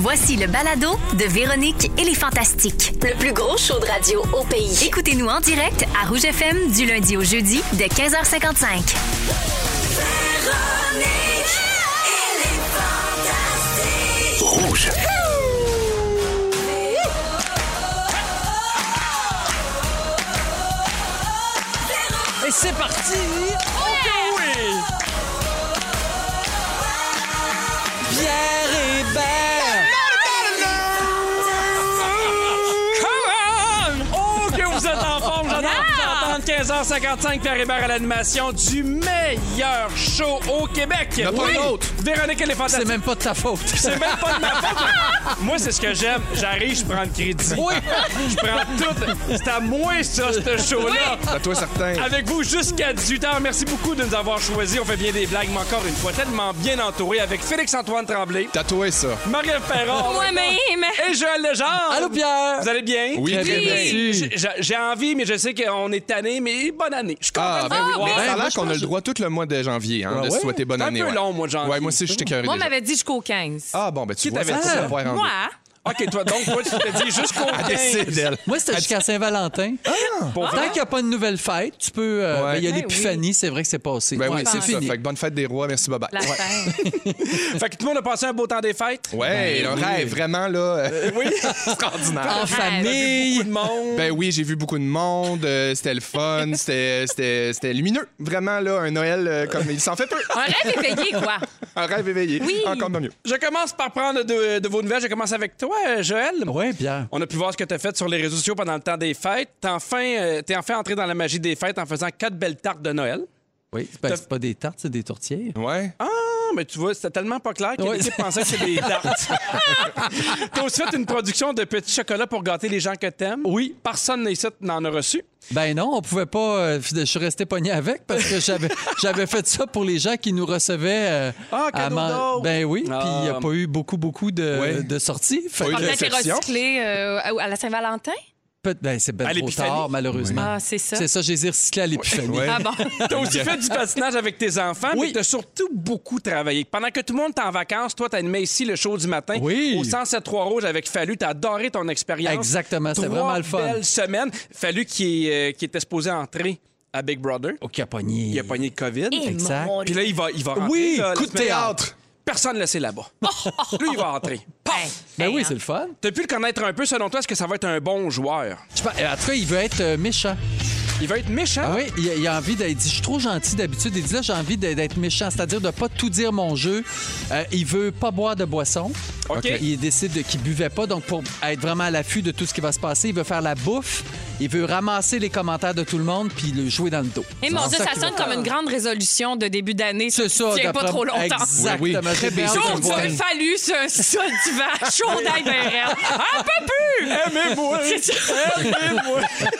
Voici le balado de Véronique et les Fantastiques. Le plus gros show de radio au pays. Écoutez-nous en direct à Rouge FM du lundi au jeudi dès 15h55. Véronique et les Fantastiques. Rouge. Et c'est parti! Oh oui! Pierre Hébert! Come on! Oh, que vous êtes en forme! J'adore vous entendre. 15h55, Pierre Hébert à l'animation du meilleur show au Québec. Il n'y en a pas un autre. Véronique et les Fantastiques. C'est même pas de ta faute. C'est même pas de ma faute. Moi, c'est ce que j'aime. J'arrive, je prends le crédit. Oui. Je prends tout. C'est à moi, ça, ce show-là. À toi, certain. Avec vous jusqu'à 18h. Merci beaucoup de nous avoir choisis. On fait bien des blagues, mais encore une fois, tellement bien entouré avec Félix-Antoine Tremblay, Tatoué, ça. Marie-Ève Perron. Moi-même. Et Joël Legendre. Allô, Pierre! Vous allez bien? Oui, très bien. Merci. J'ai envie, mais je sais qu'on est tanné, mais bonne année. Je suis content Ah, de ben vous oui. voir. Ça a moi, l'air je qu'on a pense le droit tout le mois de janvier de se souhaiter bonne Un année. peu ouais. long, mois de janvier. Ouais, moi aussi, je suis écœuré Moi, on déjà. m'avait dit jusqu'au 15. Ah, bon, ben tu Qui vois, t'avait ça dit ça? va pouvoir rendre. Moi? OK, toi, donc, toi, tu t'es dit jusqu'au 15. Décide, elle. Moi, c'était jusqu'à Saint-Valentin. Pour Tant vrai? qu'il n'y a pas de nouvelle fête, tu peux. Ouais. Il y a Ben l'épiphanie, c'est vrai que c'est passé. Ben oui, Ouais, c'est c'est ça. fini. Fait que bonne fête des rois, merci, bye-bye. La fête. Fait que tout le monde a passé un beau temps des fêtes? Ouais, un rêve, vraiment, là, Oui. extraordinaire. En famille. Beaucoup de monde. Ben oui, j'ai vu beaucoup de monde, c'était le fun, c'était lumineux. Vraiment, là, un Noël comme il s'en fait peu. Un rêve éveillé, quoi. Un rêve éveillé. Oui. Encore mieux. Je commence par prendre de vos nouvelles. Je commence avec toi, Joël. Oui, Pierre. On a pu voir ce que tu as fait sur les réseaux sociaux pendant le temps des fêtes. T'es enfin entré dans la magie des fêtes en faisant 4 belles tartes de Noël. Oui, ben, c'est pas des tartes, c'est des tourtières. Ouais. Ah, mais tu vois, c'était tellement pas clair que Ouais. l'équipe pensait que c'était des tartes. T'as aussi fait une production de petits chocolats pour gâter les gens que t'aimes. Oui. Personne ici n'en a reçu. Ben non, on pouvait pas. Je suis resté pogné avec parce que j'avais fait ça pour les gens qui nous recevaient. Cadeau d'autres. Ben oui, puis il n'y a Ah. pas eu beaucoup Ouais. de sorties. Fait Pas eu que- de Peut-être réception. recyclé à la Saint-Valentin? Ben, c'est ben À trop l'épiphanie. tard, malheureusement. Ah, c'est ça. C'est ça, j'ai recyclé à l'épiphanie. Ouais. Ah bon? T'as aussi fait du patinage avec tes enfants, Oui. mais t'as surtout beaucoup travaillé. Pendant que tout le monde est en vacances, toi, t'as animé ici le show du matin. Oui. Au 107.3 Rouge avec Fallu. T'as adoré ton expérience. Exactement, c'était vraiment le fun. 3 belles semaines. Fallu qui était supposé entrer à Big Brother. Au Caponier. Il a pogné le COVID. Exact. mon Puis là, il va rentrer. Oui, là, la coup de semaine- théâtre. Personne ne laissé là-bas. Lui, il va entrer. Ben oui, Hey, c'est le fun. T'as pu le connaître un peu. Selon toi, est-ce que ça va être un bon joueur? En tout cas, il veut être méchant. Il va être méchant. Ah oui, il a envie d'être. Il dit, je suis trop gentil d'habitude. Il dit là, j'ai envie d'être méchant, c'est-à-dire de pas tout dire mon jeu. Il veut pas boire de boisson. OK. Il décide qu'il buvait pas, donc pour être vraiment à l'affût de tout ce qui va se passer, il veut faire la bouffe. Il veut ramasser les commentaires de tout le monde puis le jouer dans le dos. Et mon C'est Dieu, ça qu'il sonne va comme faire. une grande résolution de début d'année. C'est ça. Tient pas d'après- trop longtemps. Exactement. Oui, oui. J'ai bien hâte de Chaud, le voir. tu as fallu ça divan, chaud d'ail ben raide. Un peu plus! Aimez-moi! C'est ça. Aimez-moi!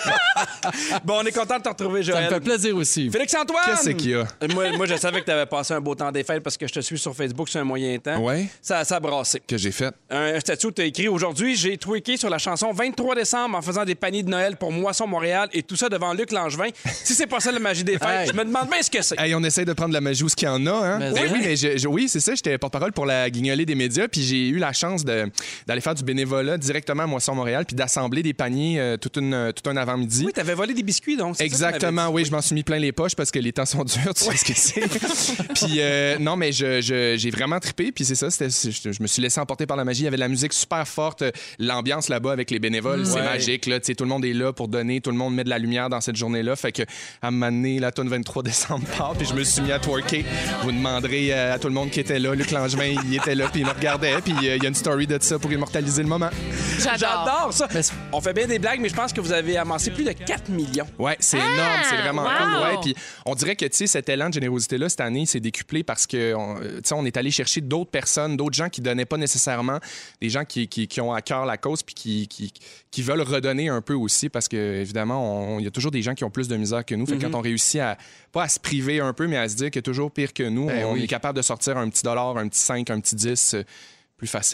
Bon, on est content de te retrouver, Ça me Joël. fait plaisir aussi. Félix-Antoine! Qu'est-ce qu'il y a? Moi, je savais que tu avais passé un beau temps des fêtes parce que je te suis sur Facebook sur un moyen temps. Ouais. Ça a brassé. Que j'ai fait. Un statut où tu as écrit aujourd'hui, j'ai tweaké sur la chanson 23 décembre en faisant des paniers de Noël pour Moisson Montréal et tout ça devant Luc Langevin. Si c'est pas ça la magie des fêtes, Hey. je me demande bien ce que c'est. Hey, on essaie de prendre la magie où ce qu'il y en a, hein? Mais Ben oui. oui, mais oui, c'est ça. J'étais porte-parole pour la guignolée des médias, puis j'ai eu la chance d'aller faire du bénévolat directement à Moisson Montréal, puis d'assembler des paniers tout un avant-midi. Oui, t'avais volé des biscuits, donc. c'est ça que tu Exactement, m'avais oui, dit. je m'en suis mis plein les poches parce que les temps sont durs, tu sais ce que c'est. Puis non, mais j'ai vraiment trippé, puis c'est ça, je me suis laissé emporter par la magie. Il y avait de la musique super forte, l'ambiance là-bas avec les bénévoles, c'est Ouais. magique, là, tu sais, tout le monde est là pour donner, tout le monde met de la lumière dans cette journée-là, fait que à un moment donné, la tonne 23 décembre part, puis je me suis mis à twerker. Vous demanderez à tout le monde qui était là, Luc Langevin, il était là, puis il me regardait, puis il y a une story de ça pour immortaliser le moment. J'adore. J'adore ça. Mais- On fait bien des blagues, mais je pense que vous avez amassé plus de 4 millions. Ouais, c'est énorme, c'est vraiment wow! cool. Ouais, puis on dirait que tu sais cet élan de générosité-là cette année, c'est décuplé parce que tu sais, on est allé chercher d'autres personnes, d'autres gens qui donnaient pas nécessairement, des gens qui ont à cœur la cause puis qui veulent redonner un peu aussi parce que évidemment, il y a toujours des gens qui ont plus de misère que nous. Fait que quand on réussit à pas à se priver un peu, mais à se dire qu'il y a toujours pire que nous, Ben on oui. est capable de sortir un petit dollar, un petit 5, un petit 10 plus facilement.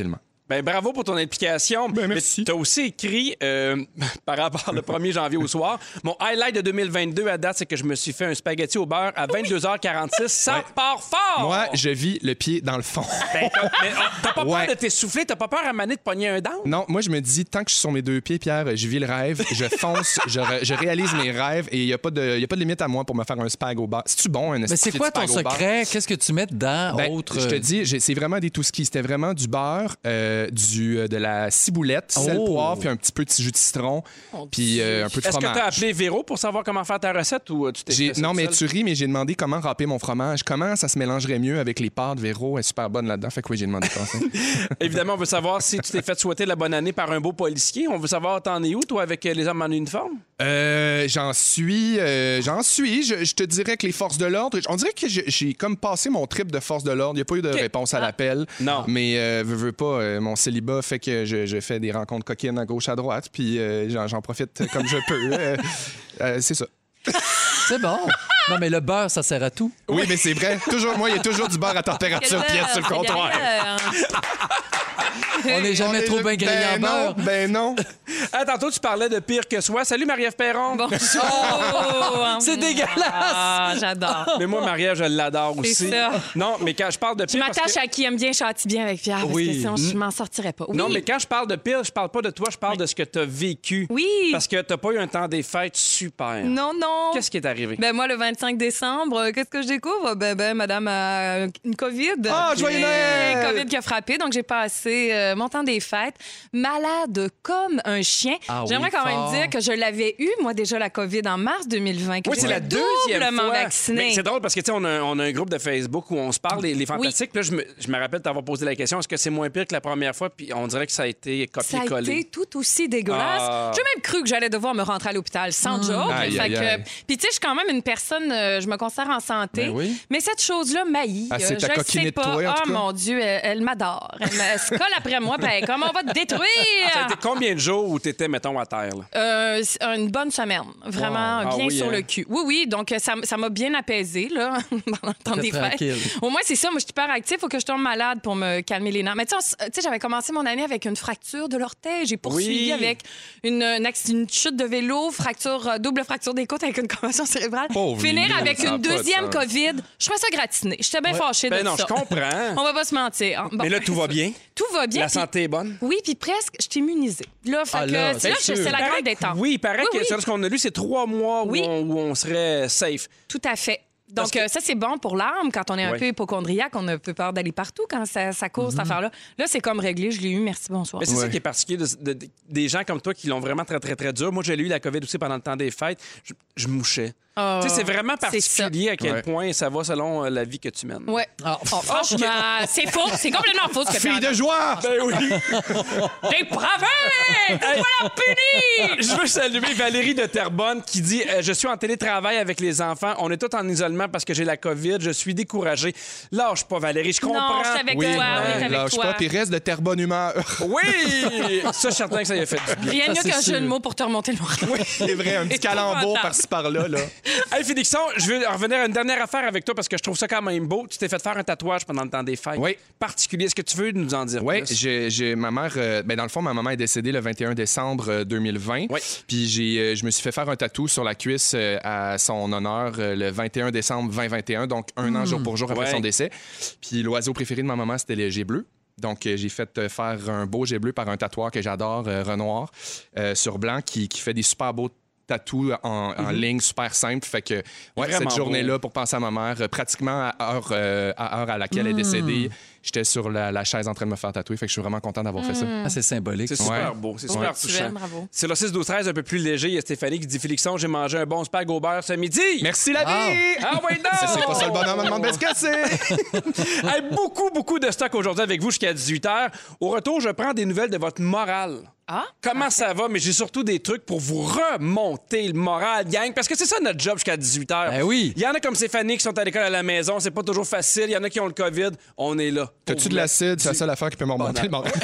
Ben, bravo pour ton implication. Ben, merci. Tu as aussi écrit, par rapport le 1er janvier au soir, mon highlight de 2022 à date, c'est que je me suis fait un spaghetti au beurre à 22h46. Ça part fort! Moi, je vis le pied dans le fond. Ben, mais t'as pas Ouais. peur de t'essouffler? T'as pas peur à maner de pogner un down? Non, moi, je me dis, tant que je suis sur mes deux pieds, Pierre, je vis le rêve, je fonce, je réalise mes rêves et il n'y a pas de limite à moi pour me faire un spag au beurre. C'est-tu bon, un Mais c'est quoi ton secret? Qu'est-ce que tu mets dedans? Je te dis, c'est vraiment des tout-skis. C'était vraiment du beurre, de la ciboulette, sel, poivre, puis un petit peu de jus de citron, puis un peu de Est-ce que fromage. t'as appelé Véro pour savoir comment faire ta recette ou tu t'es fait ça Non, tout mais seul? tu ris, mais j'ai demandé comment râper mon fromage. Comment ça se mélangerait mieux avec les pâtes. Véro est super bonne là-dedans. Fait que oui, j'ai demandé conseil. Évidemment, on veut savoir si tu t'es fait souhaiter la bonne année par un beau policier. On veut savoir, t'en es où, toi, avec les hommes en uniforme? J'en suis. Je te dirais que les forces de l'ordre, on dirait que j'ai comme passé mon trip de force de l'ordre. Il n'y a pas eu de réponse à l'appel. Non. Mais veux pas, mon célibat fait que je fais des rencontres coquines à gauche, à droite, puis j'en profite comme je peux. C'est ça. C'est bon. Non, mais le beurre, ça sert à tout. Oui, mais c'est vrai. Moi, il y a toujours du beurre à température pièce sur le comptoir. On n'est jamais trop bien grillé en beurre. Ben non. Ah, tantôt, tu parlais de pire que soi. Salut, Marie-Ève Perron. Bonjour. C'est dégueulasse. Ah, j'adore. Mais moi, Marie-Ève, je l'adore aussi. C'est ça. Non, mais quand je parle de Je pire... parce m'attache que- à qui aime bien, châtie bien avec Pierre, parce Oui. que sinon, je m'en sortirais pas. Oui. Non, mais quand je parle de pire, je parle pas de toi, je parle de ce que tu as vécu. Oui. Parce que t'as pas eu un temps des fêtes super. Non. Qu'est-ce qui est arrivé? Ben moi, le 25 décembre, qu'est-ce que je découvre? Ben, madame a une COVID. Ah, joyeux Noël! COVID qui a frappé, donc j'ai passé mon temps des fêtes malade comme un chien. Ah oui, J'aimerais quand fort. même dire que je l'avais eu, moi, déjà, la COVID en mars 2020. que Oui, c'est j'étais la deuxième doublement fois. vaccinée. Mais c'est drôle parce que, tu sais, on a un groupe de Facebook où on se parle, les fantastiques. Puis là, je me rappelle t'avoir posé la question, est-ce que c'est moins pire que la première fois? Puis on dirait que ça a été Ça a copié-collé. été tout aussi dégueulasse. Ah. J'ai même cru que j'allais devoir me rentrer à l'hôpital sans joke. Aïe, Fait aïe, que- aïe. Puis tu sais, je suis quand même une personne, je me considère en santé. Ben oui. Mais cette chose-là m'haït. Ah, c'est ta je coquinée sais de pas. toi, en tout Ah cas. mon Dieu, elle m'adore. Elle se colle après moi. Ben, comment on va te détruire? Ça a été combien de jours où t'étais, mettons, à terre? Là? Une bonne semaine. Vraiment Wow. Ah bien oui, sur hein? le cul. Oui, donc ça m'a bien apaisé là, pendant le temps Très des fêtes. tranquille. Au moins, c'est ça. Moi, je suis hyper active. Il faut que je tombe malade pour me calmer les nerfs. Mais tu sais, j'avais commencé mon année avec une fracture de l'orteil. J'ai poursuivi Oui. avec une chute de vélo, double fracture des côtes avec une commotion cérébrale. Pauvre Finir Lily, avec ça a une pas de deuxième sens. COVID. Je trouvais ça gratiné. J'étais bien fâchée Ben de non, ça. je comprends. On va pas se mentir. Bon. Mais là, tout va bien. Tout va bien. La puis- santé est bonne. Oui, puis presque, je suis immunisée. Là, fait Ah, que là, c'est là c'est que c'est sûr. la grande Paraît que- détente. Oui, il paraît Oui, que oui. sur ce qu'on a lu, c'est 3 mois où, Oui. où on serait safe. Tout à fait. Parce Donc, ça, c'est bon pour l'âme quand on est un Ouais. peu hypochondriaque, on a un peu peur d'aller partout quand ça court, cette affaire-là. Là, c'est comme réglé, je l'ai eu, merci, bonsoir. Mais c'est ça qui est particulier des gens comme toi qui l'ont vraiment très, très, très dur. Moi, j'ai eu la COVID aussi pendant le temps des fêtes. Je mouchais. Ah, Tu sais, c'est vraiment c'est ça. particulier à quel Ouais. point ça va selon la vie que tu mènes. Ouais. Ah, Oh, franchement, c'est faux. C'est complètement faux ce que tu Fille de joie! Ben oui! T'es bravé! Voilà, puni! Je veux saluer Valérie de Terrebonne qui dit je suis en télétravail avec les enfants. On est tous en isolement parce que j'ai la COVID. Je suis découragée. Lâche pas, Valérie. Je comprends. Non, je suis avec toi. Oui, t'es avec lâche toi. pas, puis reste de terre bonne humeur. Oui! Ça, je suis certain que ça y a fait du bien. Rien de mieux Ça, qu'un c'est jeu de sûr. mots pour te remonter le moral. Oui, c'est vrai, un petit calembour Épouvantable. par-ci par-là. Là. Hey, Félixon, je veux revenir à une dernière affaire avec toi parce que je trouve ça quand même beau. Tu t'es fait faire un tatouage pendant le temps des fêtes. Oui. Particulier. Est-ce que tu veux nous en dire Oui, plus? j'ai ma mère. Dans le fond, ma maman est décédée le 21 décembre 2020. Oui. Puis je me suis fait faire un tatou sur la cuisse à son honneur le 21 décembre 2021, donc un an jour pour jour après Ouais. son décès. Puis l'oiseau préféré de ma maman, c'était le jet bleu. Donc, j'ai fait faire un beau jet bleu par un tatoueur que j'adore, Renoir, sur blanc, qui fait des super beaux tatous en ligne, super simple. Fait que, ouais, Vraiment cette journée-là, beau. pour penser à ma mère, pratiquement à heure à laquelle elle est décédée, j'étais sur la chaise en train de me faire tatouer. Fait que je suis vraiment content d'avoir fait ça. Ah, c'est symbolique. C'est super Ouais. beau, c'est super Rituel, touchant. bravo. C'est le 6-12-13, un peu plus léger. Il y a Stéphanie qui dit Félixon, j'ai mangé un bon spag au beurre ce midi. Merci la vie! Ah ouais, non! C'est pas ça le bonhomme, me demande bien ce que c'est! Hey, beaucoup de stock aujourd'hui avec vous jusqu'à 18h. Au retour, je prends des nouvelles de votre morale. Ah? Comment ça va? Mais j'ai surtout des trucs pour vous remonter le moral, gang. Parce que c'est ça notre job jusqu'à 18h. Ben oui. Il y en a comme Stéphanie qui sont à l'école à la maison. C'est pas toujours facile. Il y en a qui ont le COVID. On est là. T'as-tu de l'acide? C'est la seule affaire qui peut me remonter le moral.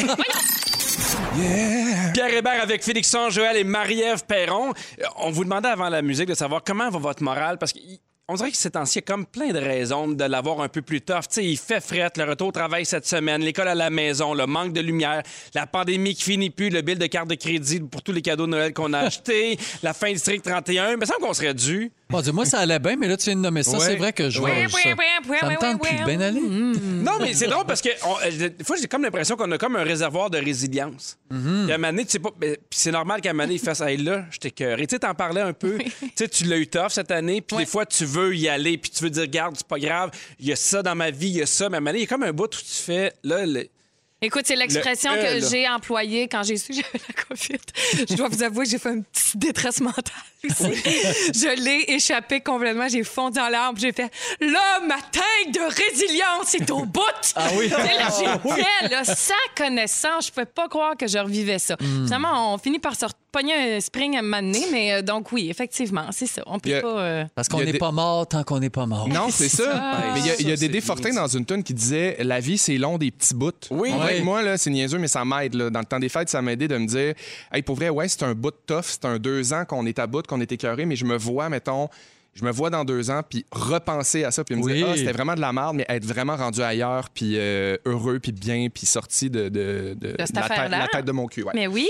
Pierre Hébert avec Félixon, Joël et Marie-Ève Perron. On vous demandait avant la musique de savoir comment va votre morale parce que on dirait que ces temps-ci, il y a comme plein de raisons de l'avoir un peu plus tough. Tu sais, il fait fret, le retour au travail cette semaine, l'école à la maison, le manque de lumière, la pandémie qui finit plus, le bill de carte de crédit pour tous les cadeaux de Noël qu'on a achetés, la fin du District 31. Il me semble qu'on serait dû. Bon, dis-moi, ça allait bien, mais là, tu viens de nommer ça. Ouais. C'est vrai que ça me tente plus de bien aller. Non, mais c'est drôle parce que des fois, j'ai comme l'impression qu'on a comme un réservoir de résilience. Puis à un moment donné, tu sais pas, puis c'est normal qu'à un moment donné, il fasse hey, là, je t'écœure. Tu sais, t'en parlais un peu. Tu sais, tu l'as eu tough cette année, puis des fois, tu veux y aller, puis tu veux dire, regarde, c'est pas grave, il y a ça dans ma vie, il y a ça. Mais à un moment donné, il y a comme un bout où tu fais, là, Écoute, c'est l'expression que j'ai employée quand j'ai su que j'avais la COVID. Je dois vous avouer que j'ai fait une petite détresse mentale aussi. Je l'ai échappé complètement. J'ai fondu en larmes. J'ai fait « Là, ma tête de résilience est au bout! » Ah oui? Là, j'étais là, sans connaissance. Je ne pouvais pas croire que je revivais ça. Finalement, on finit par se pogner un spring à un moment donné, mais donc oui, effectivement, c'est ça. On peut pas... Parce qu'on n'est pas mort tant qu'on n'est pas mort. Non, c'est ça. Mais il y a Dédé Fortin dans une tune qui disait « La vie, c'est long des petits bouts. » Oui. On dirait que moi, là, c'est niaiseux, mais ça m'aide. Là. Dans le temps des fêtes, ça m'a aidé de me dire hey, pour vrai, ouais, c'est un bout de tough, c'est un 2 ans qu'on est à bout, qu'on est écœuré, mais je me vois, mettons, dans 2 ans, puis repenser à ça, puis me dire c'était vraiment de la merde, mais être vraiment rendu ailleurs, puis heureux, puis bien, puis sorti de cette la tête de mon cul. Ouais. Mais oui!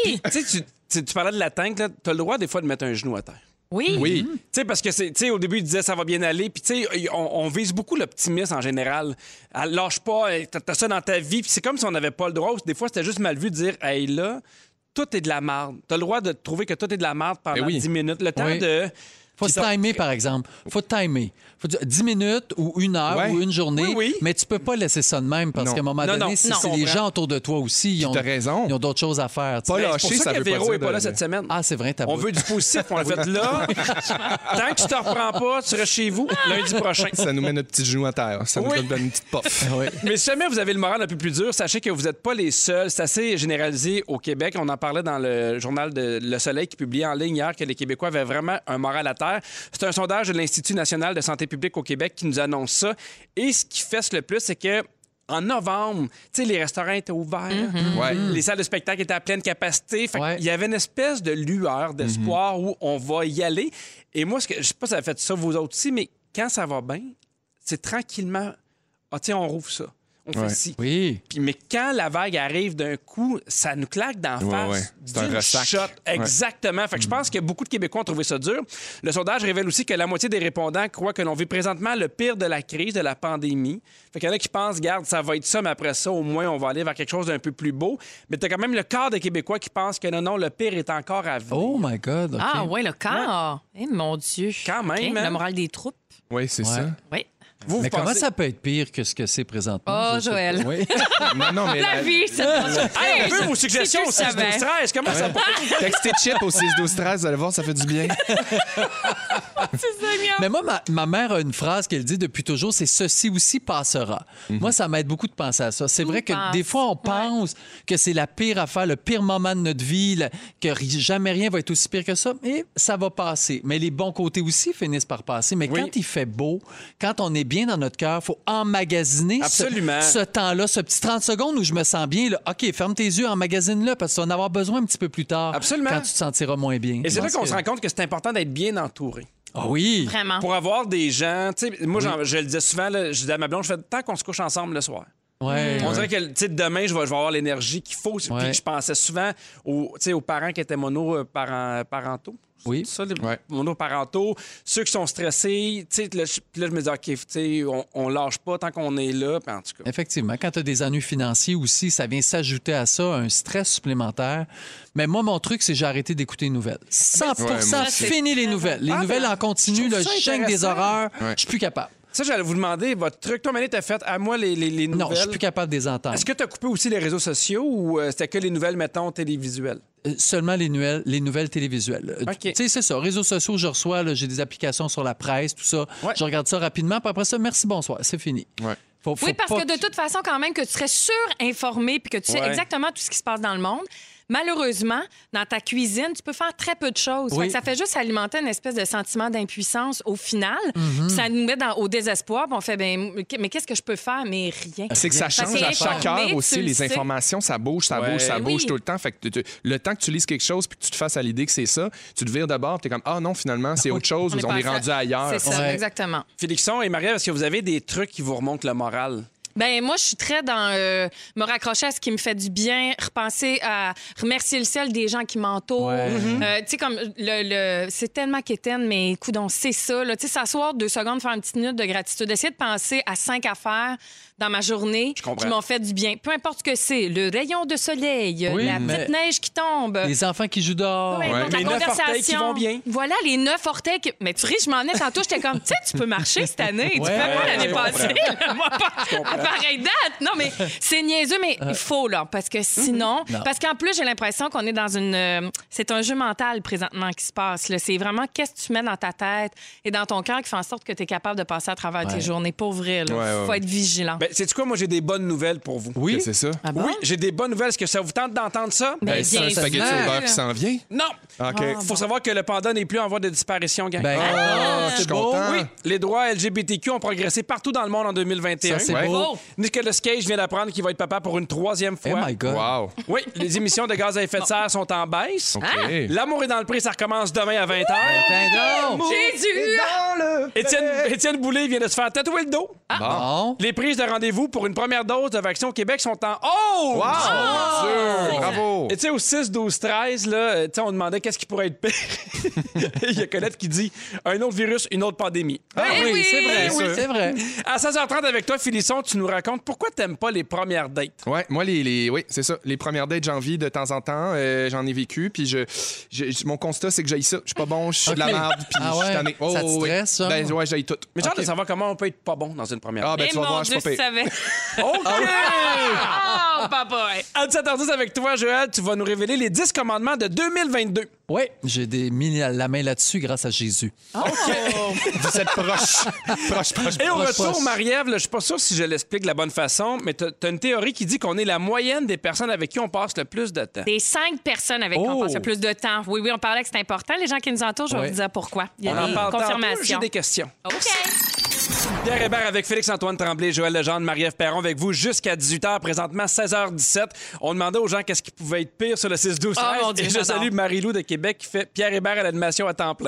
tu parlais de la tank, tu as le droit des fois de mettre un genou à terre. Oui. Oui. Tu sais, parce que, tu sais, au début, il disait ça va bien aller. Puis, tu sais, on vise beaucoup l'optimisme en général. Lâche pas, t'as ça dans ta vie. Puis, c'est comme si on n'avait pas le droit. Des fois, c'était juste mal vu de dire, hey, là, tout est de la merde. T'as le droit de trouver que tout est de la merde pendant 10 minutes. Le temps de. Faut se timer, par exemple. Faut te timer. Faut dire 10 minutes ou 1 heure ou une journée. Mais tu peux pas laisser ça de même parce qu'à un moment donné, si c'est les gens autour de toi aussi, ils ont d'autres choses à faire. Pas lâcher, c'est pour ça que veut Véro pas n'est pas là cette semaine. Ah, c'est vrai, on veut du positif. On l'a fait là. Tant que tu te reprends pas, tu restes chez vous lundi prochain. Ça nous met notre petit genou à terre. Ça nous donne une petite puff. Mais si jamais vous avez le moral un peu plus dur, sachez que vous n'êtes pas les seuls. C'est assez généralisé au Québec. On en parlait dans le journal de Le Soleil qui publiait en ligne hier que les Québécois avaient vraiment un moral à terre. C'est un sondage de l'Institut national de santé publique au Québec qui nous annonce ça. Et ce qui fesse le plus, c'est que en novembre, tu sais, les restaurants étaient ouverts, les salles de spectacle étaient à pleine capacité. Il y avait une espèce de lueur d'espoir où on va y aller. Et moi, je sais pas si ça a fait ça vous autres aussi, mais quand ça va bien, c'est tranquillement, tiens, on rouvre ça. On fait ci. Oui. Puis, mais quand la vague arrive d'un coup, ça nous claque d'en face. C'est un ressac. Shot. Exactement. Fait que je pense que beaucoup de Québécois ont trouvé ça dur. Le sondage révèle aussi que la moitié des répondants croient que l'on vit présentement le pire de la crise, de la pandémie. Fait qu'il y en a qui pensent, garde, ça va être ça, mais après ça, au moins, on va aller vers quelque chose d'un peu plus beau. Mais t'as quand même le quart des Québécois qui pensent que non, le pire est encore à venir. Oh my God. Okay. Ah ouais, le quart. Eh, mon Dieu. Quand même. Le moral des troupes. Oui, c'est ça. Oui. Mais comment ça peut être pire que ce que c'est présentement? Oh, Joël. Oui. non, mais la vie, c'est on veut vos suggestions au 6-12-13. Comment ça peut... Textez chip au 6-12-13, vous allez voir, ça fait du bien. Mais moi, ma mère a une phrase qu'elle dit depuis toujours, c'est « ceci aussi passera ». Moi, ça m'aide beaucoup de penser à ça. C'est vrai que des fois, on pense que c'est la pire affaire, le pire moment de notre vie, que jamais rien va être aussi pire que ça, mais ça va passer. Mais les bons côtés aussi finissent par passer. Mais quand il fait beau, quand on est bien dans notre cœur, il faut emmagasiner ce temps-là, ce petit 30 secondes où je me sens bien. Là. OK, ferme tes yeux, emmagasine-le, parce que tu vas en avoir besoin un petit peu plus tard. Absolument. Quand tu te sentiras moins bien. Et c'est là qu'on se rend compte que c'est important d'être bien entouré. Ah oui! Vraiment. Pour avoir des gens... Tu sais, moi, je le disais souvent, là, je disais à ma blonde, je fais tant qu'on se couche ensemble le soir. On dirait que demain, je vais avoir l'énergie qu'il faut. Puis je pensais souvent aux parents qui étaient monoparentaux. Oui. Ça, les monoparentaux, ceux qui sont stressés. Là, je me dis, OK, on lâche pas tant qu'on est là. En tout cas. Effectivement. Quand tu as des ennuis financiers aussi, ça vient s'ajouter à ça, un stress supplémentaire. Mais moi, mon truc, c'est j'ai arrêté d'écouter les nouvelles. 100% fini les nouvelles. Les nouvelles en continu, le chien des horreurs, je suis plus capable. Ça, j'allais vous demander, votre truc, toi, Mané, t'as fait à moi les nouvelles. Non, je suis plus capable de les entendre. Est-ce que tu as coupé aussi les réseaux sociaux ou c'était que les nouvelles, mettons, télévisuelles? Seulement les nouvelles télévisuelles. Okay. Tu sais, c'est ça. Réseaux sociaux, je reçois, j'ai des applications sur la presse, tout ça. Je regarde ça rapidement, puis après ça, merci, bonsoir, c'est fini. Faut parce que de toute façon, quand même, que tu serais surinformé puis que tu sais exactement tout ce qui se passe dans le monde. malheureusement, dans ta cuisine, tu peux faire très peu de choses. Oui. Fait que ça fait juste alimenter une espèce de sentiment d'impuissance au final. Puis ça nous met au désespoir. Puis on fait, mais qu'est-ce que je peux faire? Mais rien. C'est que ça change à chaque heure aussi. Les informations, ça bouge tout le temps. Fait que le temps que tu lises quelque chose puis que tu te fasses à l'idée que c'est ça, tu te vires de bord, tu es comme, ah non, finalement, c'est autre chose, on est rendu ailleurs. C'est ça, exactement. Félixon et Marie-Ève, est-ce que vous avez des trucs qui vous remontent le moral? Ben moi, je suis très dans me raccrocher à ce qui me fait du bien, repenser à remercier le ciel des gens qui m'entourent. Ouais. Tu sais, comme c'est tellement quétaine, mais coudonc, c'est ça. Tu sais, s'asseoir 2 secondes, faire une petite minute de gratitude, essayer de penser à 5 affaires dans ma journée qui m'ont fait du bien. Peu importe ce que c'est, le rayon de soleil, la petite neige qui tombe. Les enfants qui jouent dehors. La les 9 orteils qui vont bien. Voilà, les 9 orteils. Mais tu ris, je m'en ai tantôt, j'étais comme, tu sais, tu peux marcher cette année. Tu peux pas l'année passée. Moi, pas à pareille date. Non, mais c'est niaiseux, mais il faut, là. Parce que sinon... Parce qu'en plus, j'ai l'impression qu'on est dans une... c'est un jeu mental présentement qui se passe. Là. C'est vraiment qu'est-ce que tu mets dans ta tête et dans ton cœur qui fait en sorte que tu es capable de passer à travers tes journées. Pour vrai, là. Faut être vigilant. Ben, sais-tu quoi? Moi, j'ai des bonnes nouvelles pour vous. Oui, c'est ça. Ah bon? Oui, j'ai des bonnes nouvelles. Est-ce que ça vous tente d'entendre ça? Ben, c'est un spaghetti au beurre qui s'en vient. Non! OK. Faut savoir que le panda n'est plus en voie de disparition, gang. Je suis content. Oui, les droits LGBTQ ont progressé partout dans le monde en 2021. Ça, c'est beau. Nicolas Cage vient d'apprendre qu'il va être papa pour une 3e fois. Oh my God. Wow. Oui, les émissions de gaz à effet de serre sont en baisse. OK. L'amour est dans le prix, ça recommence demain à 20h. Jésus! Étienne Boulay vient de se faire tatouer le dos. Bon. Les prises de rendez-vous pour une première dose de vaccin au Québec sont en hausse. Wow! Bravo! Et tu sais, au 6, 12, 13, là, on demandait qu'est-ce qui pourrait être pire. Il y a Colette qui dit un autre virus, une autre pandémie. Oui, c'est vrai. Oui. C'est vrai. À 16h30 avec toi, Félisson, tu nous racontes pourquoi t'aimes pas les premières dates. Ouais, moi, oui, c'est ça. Les premières dates, j'en vis de temps en temps. J'en ai vécu. Puis mon constat, c'est que j'aille ça. Je suis pas bon, je suis de la merde. Puis Ah je suis ouais? tanné. Ça te stresse, ça? Ben, ouais, j'aille tout. Mais j'ai hâte de savoir comment on peut être pas bon dans une première date. Ah, ben, tu vas voir, je suis pas pire. savais. OK! Oh, papa! À 17h10 avec toi, Joël, tu vas nous révéler les 10 commandements de 2022. Oui, j'ai mis la main là-dessus grâce à Jésus. Vous êtes proche. Et au retour, proche. Marie-Ève, je suis pas sûr si je l'explique de la bonne façon, mais t'as une théorie qui dit qu'on est la moyenne des personnes avec qui on passe le plus de temps. Des 5 personnes avec qui on passe le plus de temps. Oui, on parlait que c'est important. Les gens qui nous entourent, je vais vous dire pourquoi. Il y On a en des parle tantôt, confirmations. j'ai des questions. OK. Pierre Hébert avec Félix-Antoine Tremblay, Joël Legendre, Marie-Ève Perron avec vous jusqu'à 18h, présentement 16h17. On demandait aux gens qu'est-ce qui pouvait être pire sur le 6-12-13. Oh, mon Dieu, et je j'adore. salue Marie-Lou de Québec qui fait Pierre Hébert à l'animation à temps plein.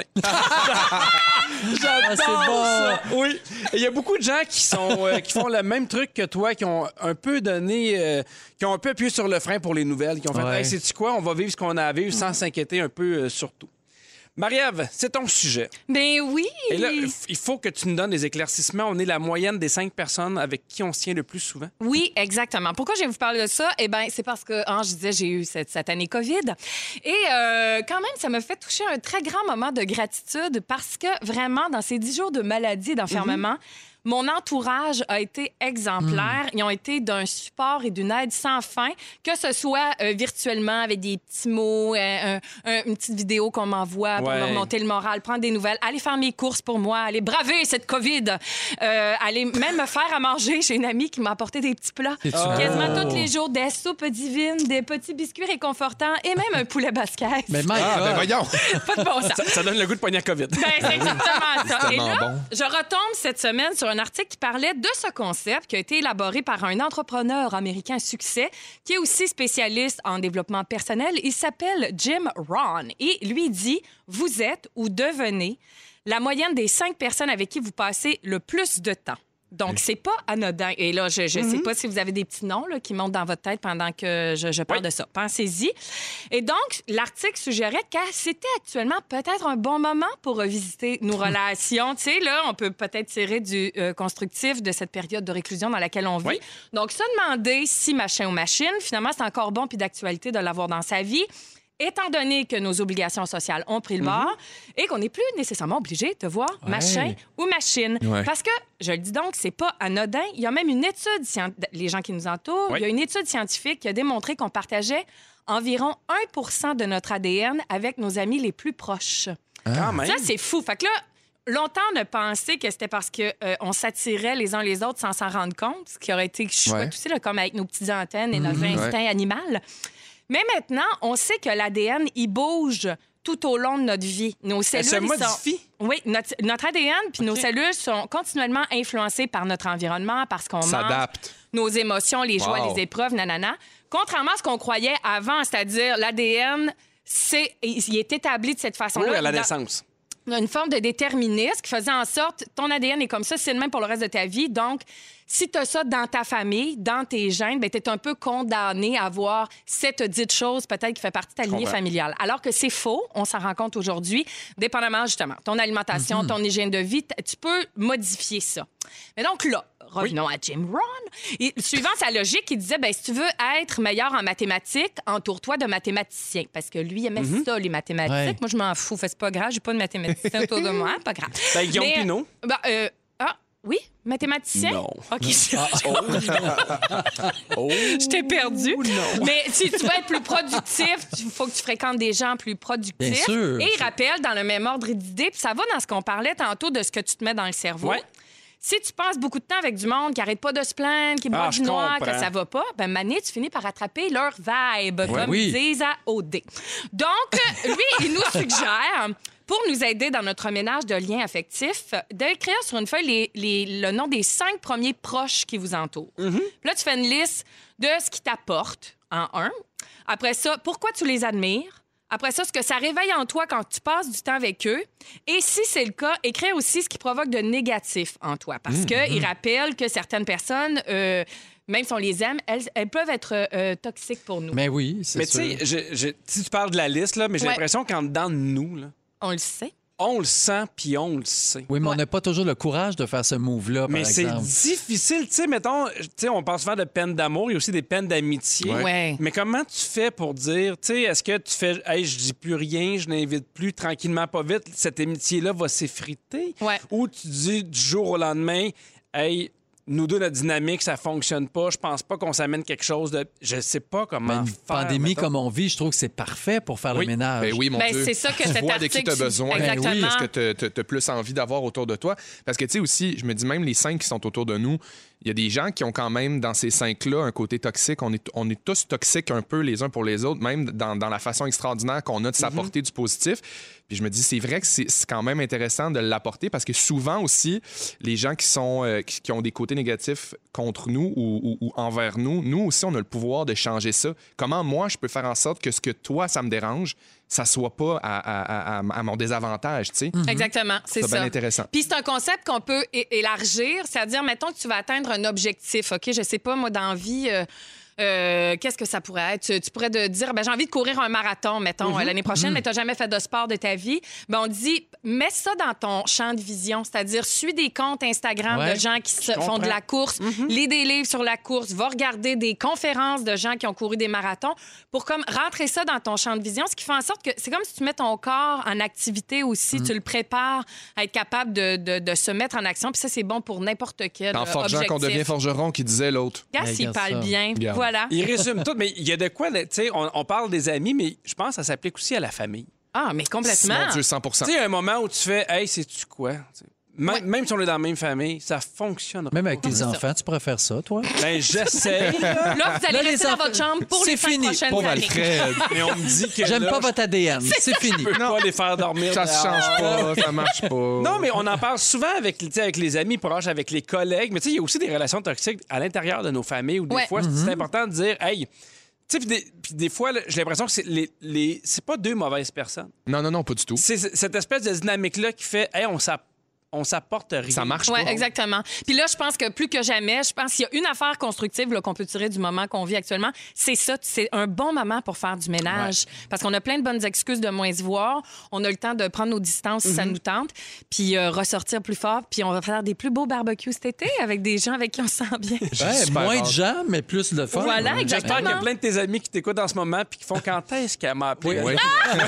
J'adore c'est bon. ça. Oui. Et il y a beaucoup de gens qui sont qui font le même truc que toi, qui ont un peu donné, qui ont un peu appuyé sur le frein pour les nouvelles, qui ont fait Ouais. hey, sais-tu quoi, on va vivre ce qu'on a à vivre sans s'inquiéter un peu sur tout. Marie-Ève, c'est ton sujet. Ben oui. Et là, il faut que tu nous donnes des éclaircissements. On est la moyenne des 5 personnes avec qui on se tient le plus souvent. Oui, exactement. Pourquoi je vais vous parler de ça? Eh bien, c'est parce que, je disais, j'ai eu cette année COVID. Et quand même, ça m'a fait toucher un très grand moment de gratitude parce que vraiment, dans ces 10 jours de maladie et d'enfermement, mon entourage a été exemplaire. Ils ont été d'un support et d'une aide sans fin, que ce soit virtuellement avec des petits mots, une petite vidéo qu'on m'envoie pour me remonter le moral, prendre des nouvelles, aller faire mes courses pour moi, aller braver cette COVID, aller même me faire à manger. J'ai une amie qui m'a apporté des petits plats quasiment tous les jours, des soupes divines, des petits biscuits réconfortants et même un poulet basquez. Mais my Ah, God. ben voyons. Pas de bon sens. Ça donne le goût de poignet à COVID. Ben, c'est exactement ça. C'est Et tellement là, bon. je retombe cette semaine sur un article qui parlait de ce concept qui a été élaboré par un entrepreneur américain à succès qui est aussi spécialiste en développement personnel. Il s'appelle Jim Rohn et lui dit « Vous êtes ou devenez la moyenne des 5 personnes avec qui vous passez le plus de temps. » Donc, c'est pas anodin. Et là, je sais pas si vous avez des petits noms là, qui montent dans votre tête pendant que je parle de ça. Pensez-y. Et donc, l'article suggérait que c'était actuellement peut-être un bon moment pour revisiter nos relations. Tu sais, là, on peut peut-être tirer du constructif de cette période de réclusion dans laquelle on vit. Oui. Donc, se demander si machin ou machine, finalement, c'est encore bon puis d'actualité de l'avoir dans sa vie. Étant donné que nos obligations sociales ont pris le bord et qu'on n'est plus nécessairement obligé de voir machin ou machine. Ouais. Parce que, je le dis donc, c'est pas anodin. Il y a même une étude, les gens qui nous entourent, il y a une étude scientifique qui a démontré qu'on partageait environ 1 % de notre ADN avec nos amis les plus proches. Quand même. Ça, c'est fou. Fait que là, longtemps, on a pensé que c'était parce qu'on s'attirait les uns les autres sans s'en rendre compte, ce qui aurait été chouette aussi, là, comme avec nos petites antennes et notre instinct animal. Mais maintenant, on sait que l'ADN, il bouge tout au long de notre vie. Nos cellules, Elle se modifie? Oui, notre ADN puis nos cellules sont continuellement influencées par notre environnement, par ce qu'on mange, S'adapte. nos émotions, les joies, les épreuves, nanana. Contrairement à ce qu'on croyait avant, c'est-à-dire l'ADN, il est établi de cette façon-là. Oui, à la naissance. Une forme de déterminisme qui faisait en sorte ton ADN est comme ça, c'est le même pour le reste de ta vie. Donc, si tu as ça dans ta famille, dans tes gènes, tu es un peu condamné à avoir cette dite chose peut-être qui fait partie de ta lignée familiale. Alors que c'est faux, on s'en rend compte aujourd'hui, dépendamment justement ton alimentation, ton hygiène de vie, tu peux modifier ça. Mais donc là, revenons à Jim Rohn. Suivant sa logique, il disait, si tu veux être meilleur en mathématiques, entoure-toi de mathématiciens. Parce que lui, il aimait ça, les mathématiques. Ouais. Moi, je m'en fous. C'est pas grave, j'ai pas de mathématiciens autour de moi. Pas grave. Guillaume Pinot. Oui, mathématicien? Non. OK. Je t'ai perdu. Mais si tu veux être plus productif, il faut que tu fréquentes des gens plus productifs. Bien sûr. Et il rappelle dans le même ordre d'idées, puis ça va dans ce qu'on parlait tantôt de ce que tu te mets dans le cerveau. Ouais. Si tu passes beaucoup de temps avec du monde qui arrête pas de se plaindre, qui boit du noir, que ça va pas, mané, tu finis par attraper leur vibe, comme ils disent à OD. Donc, lui, il nous suggère, pour nous aider dans notre ménage de liens affectifs, d'écrire sur une feuille le nom des 5 premiers proches qui vous entourent. Puis là, tu fais une liste de ce qui t'apporte en un. Après ça, pourquoi tu les admires? Après ça, ce que ça réveille en toi quand tu passes du temps avec eux. Et si c'est le cas, écrire aussi ce qui provoque de négatif en toi. Parce qu'il rappelle que certaines personnes, même si on les aime, elles peuvent être toxiques pour nous. Mais oui, c'est sûr. Mais tu sais, si tu parles de la liste, là, mais j'ai l'impression qu'en dedans de nous, là, on le sait. on le sent puis on le sait. Oui, mais on n'a pas toujours le courage de faire ce move-là, par exemple. Mais c'est difficile. Tu sais, mettons, on parle souvent de peine d'amour. Il y a aussi des peines d'amitié. Ouais. Mais comment tu fais pour dire, tu sais, est-ce que tu fais, hey, je dis plus rien, je n'invite plus, tranquillement, pas vite, cette amitié-là va s'effriter? Ouais. Ou tu dis du jour au lendemain, hey, nous deux, notre dynamique, ça fonctionne pas. Je pense pas qu'on s'amène quelque chose de... Je sais pas comment une faire. pandémie mettons. comme on vit, je trouve que c'est parfait pour faire le ménage. Ben oui, mon Dieu. C'est ça que tu cet vois de qui article... tu as besoin. Exactement. Oui, parce que tu as plus envie d'avoir autour de toi. Parce que, tu sais, aussi, je me dis même les 5 qui sont autour de nous, il y a des gens qui ont quand même, dans ces 5-là, un côté toxique. On est tous toxiques un peu les uns pour les autres, même dans la façon extraordinaire qu'on a de s'apporter du positif. Puis je me dis, c'est vrai que c'est quand même intéressant de l'apporter parce que souvent aussi, les gens qui ont des côtés négatifs contre nous ou envers nous, nous aussi, on a le pouvoir de changer ça. Comment moi, je peux faire en sorte que ce que toi, ça me dérange, ça soit pas à mon désavantage, tu sais? Exactement, c'est ça. C'est bien intéressant. Puis c'est un concept qu'on peut élargir, c'est-à-dire, mettons que tu vas atteindre un objectif, OK? Je sais pas, moi, dans la vie... qu'est-ce que ça pourrait être? Tu pourrais dire, j'ai envie de courir un marathon, mettons, l'année prochaine, mais tu n'as jamais fait de sport de ta vie. On dit, mets ça dans ton champ de vision, c'est-à-dire, suis des comptes Instagram de gens qui font de la course, lis des livres sur la course, va regarder des conférences de gens qui ont couru des marathons pour comme rentrer ça dans ton champ de vision, ce qui fait en sorte que c'est comme si tu mets ton corps en activité aussi, tu le prépares à être capable de se mettre en action, puis ça, c'est bon pour n'importe quel En forgeant qu'on devient forgeron, qui disait l'autre. Regarde s'il parle bien. Voilà. Il résume tout, mais il y a de quoi, tu sais, on parle des amis, mais je pense que ça s'applique aussi à la famille. Ah, mais complètement. Mon Dieu, 100%. Tu sais, il y a un moment où tu fais, hey, sais-tu quoi? Même si on est dans la même famille, ça fonctionne. Même avec tes enfants, tu pourrais faire ça, toi? Ben, j'essaie. Là, vous allez rester dans votre chambre pour les 5 prochaines Pauvre années. Alfred. Mais on me dit que J'aime là, pas votre ADN. C'est fini. je peux pas les faire dormir. Ça se change pas, ça marche pas. Non, mais on en parle souvent avec les amis proches, avec les collègues. Mais tu sais, il y a aussi des relations toxiques à l'intérieur de nos familles où des fois, c'est important de dire, hey... Tu sais, puis des fois, là, j'ai l'impression que c'est pas deux mauvaises personnes. Non, pas du tout. C'est cette espèce de dynamique-là qui fait, hey, on s'apporte rien. Ça marche Oui, pas. exactement. Puis là, je pense que plus que jamais, je pense qu'il y a une affaire constructive là, qu'on peut tirer du moment qu'on vit actuellement. C'est ça, c'est un bon moment pour faire du ménage. Parce qu'on a plein de bonnes excuses de moins se voir. On a le temps de prendre nos distances si ça nous tente. Puis ressortir plus fort. Puis on va faire des plus beaux barbecues cet été avec des gens avec qui on se sent bien. Moins de gens, mais plus de fun. Voilà, J'espère exactement. qu'il y a plein de tes amis qui t'écoutent en ce moment puis qui font quand est-ce qu'elle m'a appelé. Oui.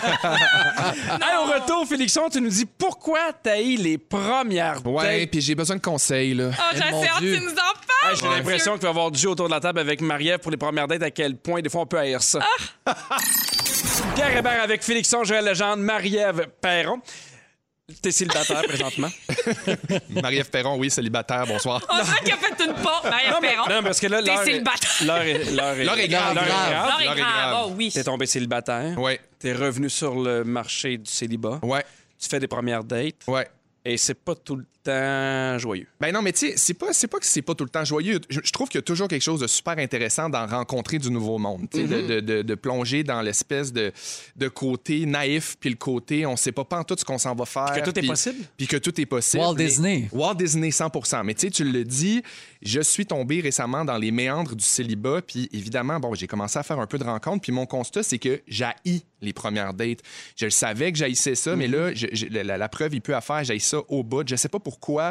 Hey, au retour, Félixon, tu nous dis pourquoi t'as eu les premières Ouais, dates? puis j'ai besoin de conseils, là. Oh, j'ai mon assez hâte que Dieu. tu nous en parles. Hey, j'ai l'impression qu'il va y avoir du jeu autour de la table avec Marie-Ève pour les premières dates, à quel point des fois on peut haïr ça. Pierre Hébert avec Félixon, Joël Legendre, Marie-Ève Perron. T'es célibataire présentement? Marie-Ève Perron, oui, célibataire, bonsoir. On dirait qu'il a fait une porte, Marie-Ève Perron. Non, parce que là, T'es célibataire. L'heure est grave. L'heure est grave. Oh oui. T'es tombé célibataire. Ouais. T'es revenu sur le marché du célibat. Ouais. Tu fais des premières dates. Ouais. Et c'est pas tout le temps joyeux. Ben non, mais tu sais, c'est pas que c'est pas tout le temps joyeux. Je trouve qu'il y a toujours quelque chose de super intéressant d'en rencontrer du nouveau monde. Tu sais, de plonger dans l'espèce de côté naïf, puis le côté on sait pas en tout ce qu'on s'en va faire. Que tout est puis, possible. Puis que tout est possible. Walt Disney. Walt Disney, 100%. Mais tu sais, tu le dis, je suis tombé récemment dans les méandres du célibat, puis évidemment, bon, j'ai commencé à faire un peu de rencontres, puis mon constat, c'est que j'haïs les premières dates. Je le savais que j'haïssais ça, mais là, la preuve, il peut à faire, j'haïs ça au bout. Je sais pas pourquoi.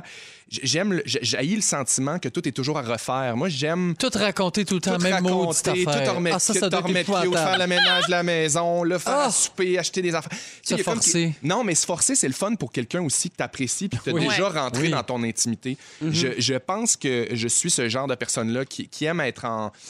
J'haïs le sentiment que tout est toujours à refaire. Moi, j'aime... Tout raconter tout le temps, tout même mot, raconter, tout remettre, ça doit être faire le ménage de la maison, le faire à souper, acheter des affaires. Se forcer. Non, mais se forcer, c'est le fun pour quelqu'un aussi que t'apprécies puis que t'as déjà rentré dans ton intimité. Je pense que je suis ce genre de personne-là qui aime être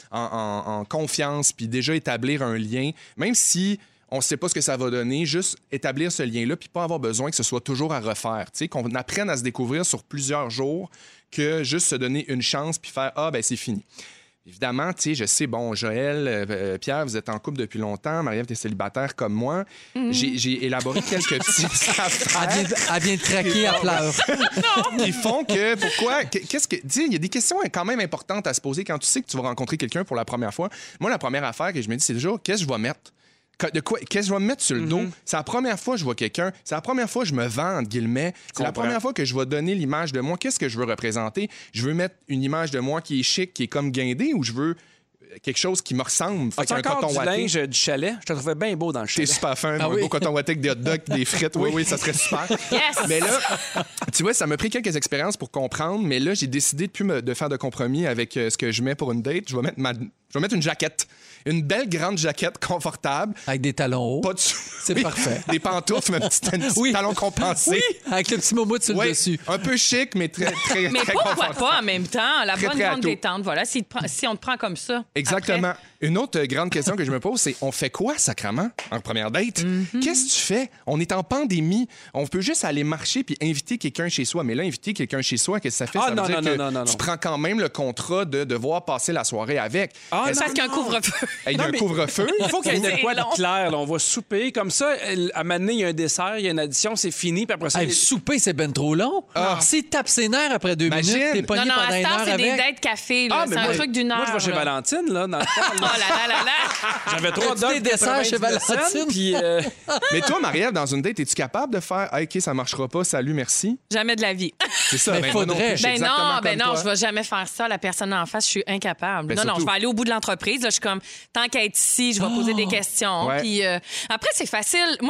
en confiance puis déjà établir un lien, même si on ne sait pas ce que ça va donner, juste établir ce lien-là puis pas avoir besoin que ce soit toujours à refaire. Tu sais, qu'on apprenne à se découvrir sur plusieurs jours que juste se donner une chance puis faire « Ah, ben c'est fini ». Évidemment, tu sais, je sais, bon, Joël, Pierre, vous êtes en couple depuis longtemps. Marie-Ève, t'es célibataire comme moi. J'ai élaboré quelques petits affaires. Elle vient de craquer, elle pleure. Qui font que, pourquoi, qu'est-ce que, dis, il y a des questions quand même importantes à se poser quand tu sais que tu vas rencontrer quelqu'un pour la première fois. Moi, la première affaire que je me dis, c'est toujours, qu'est-ce que je vais mettre? Qu'est-ce que je vais me mettre sur le dos? C'est la première fois que je vois quelqu'un. C'est la première fois que je me vends, entre guillemets. C'est la première fois que je vais donner l'image de moi. Qu'est-ce que je veux représenter? Je veux mettre une image de moi qui est chic, qui est comme guindée, ou je veux quelque chose qui me ressemble? As-tu encore du linge du chalet? Je te trouvais bien beau dans le chalet. T'es super fin. Un beau coton ouaté avec des hot dogs, des frites. Oui, ça serait super. Yes! Mais là, tu vois, ça m'a pris quelques expériences pour comprendre, mais là, j'ai décidé de plus de faire de compromis avec ce que je mets pour une date. Je vais mettre une jaquette. Une belle grande jaquette confortable. Avec des talons hauts. Pas de C'est parfait. Des pantoufles, un petit talon compensé. Oui, avec le petit momo sur le dessus. Un peu chic, mais très mais très pourquoi confortable. pas en même temps? La Très bonne prêt à grande tout. détente, voilà. Si on te prend comme ça. Exactement. Après. Une autre grande question que je me pose, c'est on fait quoi, sacrément, en première date? Qu'est-ce que tu fais? On est en pandémie. On peut juste aller marcher puis inviter quelqu'un chez soi. Mais là, inviter quelqu'un chez soi, qu'est-ce que ça fait? Ça veut dire que tu prends quand même le contrat de devoir passer la soirée avec. Parce qu'il y a un couvre-feu. Il y a un couvre-feu. Il faut qu'il y ait de C'est quoi de long. clair. Là. On va souper. Comme ça, à un moment donné, il y a un dessert, il y a une addition, c'est fini. Puis après ça, Hey, le souper, c'est ben trop long. S'il tape ses nerfs après 2 Imagine. minutes, t'es Non, pogné non, pendant à une ce temps, heure c'est des avec. dates café. Là. mais C'est un moi, truc d'une heure. Moi, je vais chez là. Valentine, là, dans le temps, Oh là. là là là là! J'avais 3 As-tu dogs. des desserts chez 99 cents, Valentine? Puis, Mais toi, Marie-Ève, dans une date, es-tu capable de faire « OK, ça marchera pas, salut, merci Jamais de la vie. ». C'est ça. Mais moi non faudrait. plus, je suis exactement comme toi. Je vais jamais faire ça. La personne en face, je suis incapable. Ben, non, surtout. je vais aller au bout de l'entreprise. Là, je suis comme, tant qu'à être ici, je vais poser des questions. Ouais. Puis après, c'est facile. Moi,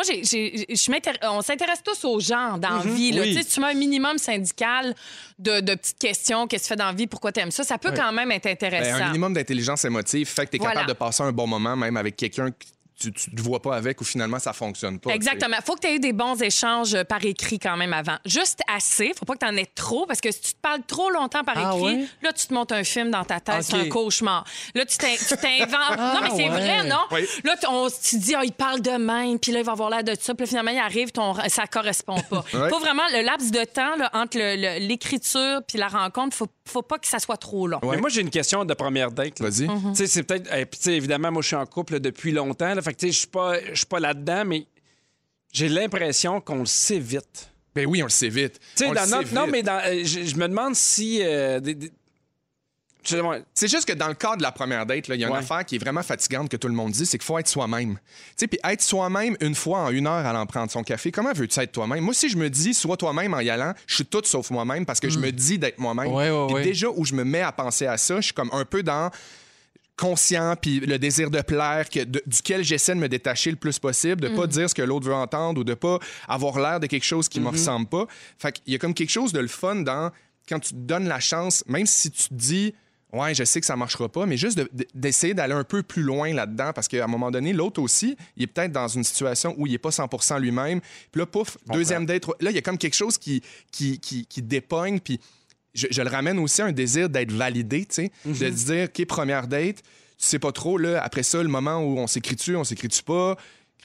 on s'intéresse tous aux gens dans la vie. Là. Oui. Tu sais, si tu mets un minimum syndical de petites questions, qu'est-ce que tu fais dans la vie, pourquoi tu aimes ça, ça peut quand même être intéressant. Un minimum d'intelligence émotive fait que tu es Voilà. capable de passer un bon moment, même avec quelqu'un que tu te vois pas avec ou finalement ça fonctionne pas. Exactement. Faut que tu aies eu des bons échanges par écrit quand même avant. Juste assez. Faut pas que tu en aies trop parce que si tu te parles trop longtemps par Ah écrit, ouais? là, tu te montes un film dans ta tête. OK. C'est un cauchemar. Là, tu t'inventes. Non, mais c'est ouais. vrai, non? Oui. Là, tu te dis, il parle de même, puis là, il va avoir l'air de ça. Puis là, finalement, il arrive, ça correspond pas. Ouais. Faut vraiment, le laps de temps là, entre l'écriture puis la rencontre, faut pas que ça soit trop long. Mais moi, j'ai une question de première date. là. Vas-y. Tu sais, c'est peut-être. Puis, tu sais, évidemment, moi, je suis en couple là, depuis longtemps. Là, fait que, tu sais, je suis pas là-dedans, mais j'ai l'impression qu'on le sait vite. Ben oui, on le sait vite. Tu sais, On le dans sait notre. vite. Non, mais je me demande si. C'est juste que dans le cadre de la première date, là, il y a une affaire qui est vraiment fatigante que tout le monde dit, c'est qu'il faut être soi-même. Tu sais, puis être soi-même une fois en 1 heure allant prendre son café, comment veux-tu être toi-même? Moi, si je me dis sois toi-même en y allant, je suis toute sauf moi-même parce que je me dis d'être moi-même. Puis déjà où je me mets à penser à ça, je suis comme un peu dans conscient, puis le désir de plaire, duquel j'essaie de me détacher le plus possible, de pas dire ce que l'autre veut entendre ou de pas avoir l'air de quelque chose qui me ressemble pas. Fait qu'il y a comme quelque chose de le fun dans quand tu te donnes la chance, même si tu te dis ouais, je sais que ça marchera pas, mais juste d'essayer d'aller un peu plus loin là-dedans parce qu'à un moment donné, l'autre aussi, il est peut-être dans une situation où il est pas 100% lui-même. Puis là, pouf, deuxième date, là, il y a comme quelque chose qui dépogne, puis je le ramène aussi à un désir d'être validé, tu sais, de se dire, OK, première date, tu sais pas trop, là, après ça, le moment où on s'écrit-tu pas,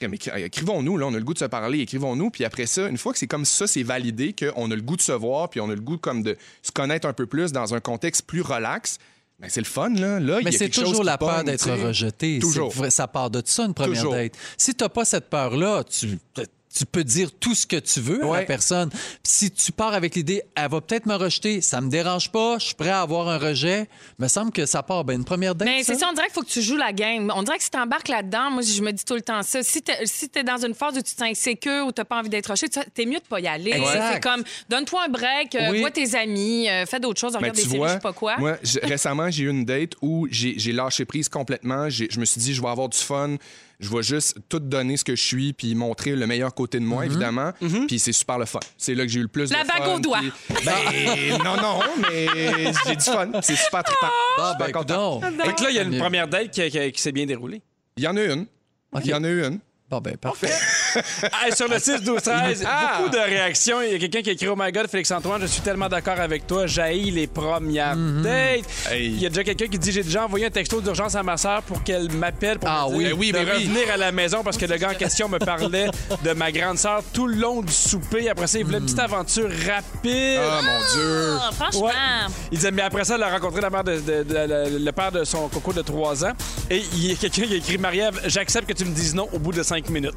Mais écrivons-nous, là, on a le goût de se parler, écrivons-nous. Puis après ça, une fois que c'est comme ça, c'est validé, qu'on a le goût de se voir, puis on a le goût comme de se connaître un peu plus dans un contexte plus relax, ben c'est le fun, là. Mais c'est toujours la peur d'être rejeté. Toujours. Ça part de ça, une première date. Si t'as pas cette peur-là, tu peux dire tout ce que tu veux à la personne. Puis si tu pars avec l'idée, elle va peut-être me rejeter, ça me dérange pas, je suis prêt à avoir un rejet, me semble que ça part une première date. Mais c'est ça, on dirait qu'il faut que tu joues la game. On dirait que si tu embarques là-dedans, moi, je me dis tout le temps ça. Si t'es dans une phase où tu te sens insécure ou t'as pas envie d'être rejeté, t'es mieux de pas y aller. Exact. C'est comme, donne-toi un break, vois tes amis, fais d'autres choses, regarde des séries, je sais pas quoi. Moi, récemment, j'ai eu une date où j'ai lâché prise complètement. Je me suis dit, je vais avoir du fun. Je vais juste tout donner ce que je suis puis montrer le meilleur côté de moi, évidemment. Puis c'est super le fun. C'est là que j'ai eu le plus de fun. La bague au doigt. Non, mais j'ai du fun. C'est super trippant. Fait que là, il y a une première date qui s'est bien déroulée. Il y en a une. Il y en a eu une. Bon, ben, parfait. Sur le 6, 12, 13, beaucoup de réactions. Il y a quelqu'un qui a écrit « Oh my God, Félix-Antoine, je suis tellement d'accord avec toi. J'haïs les premières dates. Il y a déjà quelqu'un qui dit « J'ai déjà envoyé un texto d'urgence à ma sœur pour qu'elle m'appelle pour me dire de revenir à la maison parce que le gars en question me parlait de ma grande sœur tout le long du souper. Après ça, il voulait une petite aventure rapide. Oh mon Dieu. Franchement. Ouais. Il disait, mais après ça, elle a rencontré le père de son coco de 3 ans. Et il y a quelqu'un qui a écrit « Marie-Ève, j'accepte que tu me dises non au bout de 5 minutes.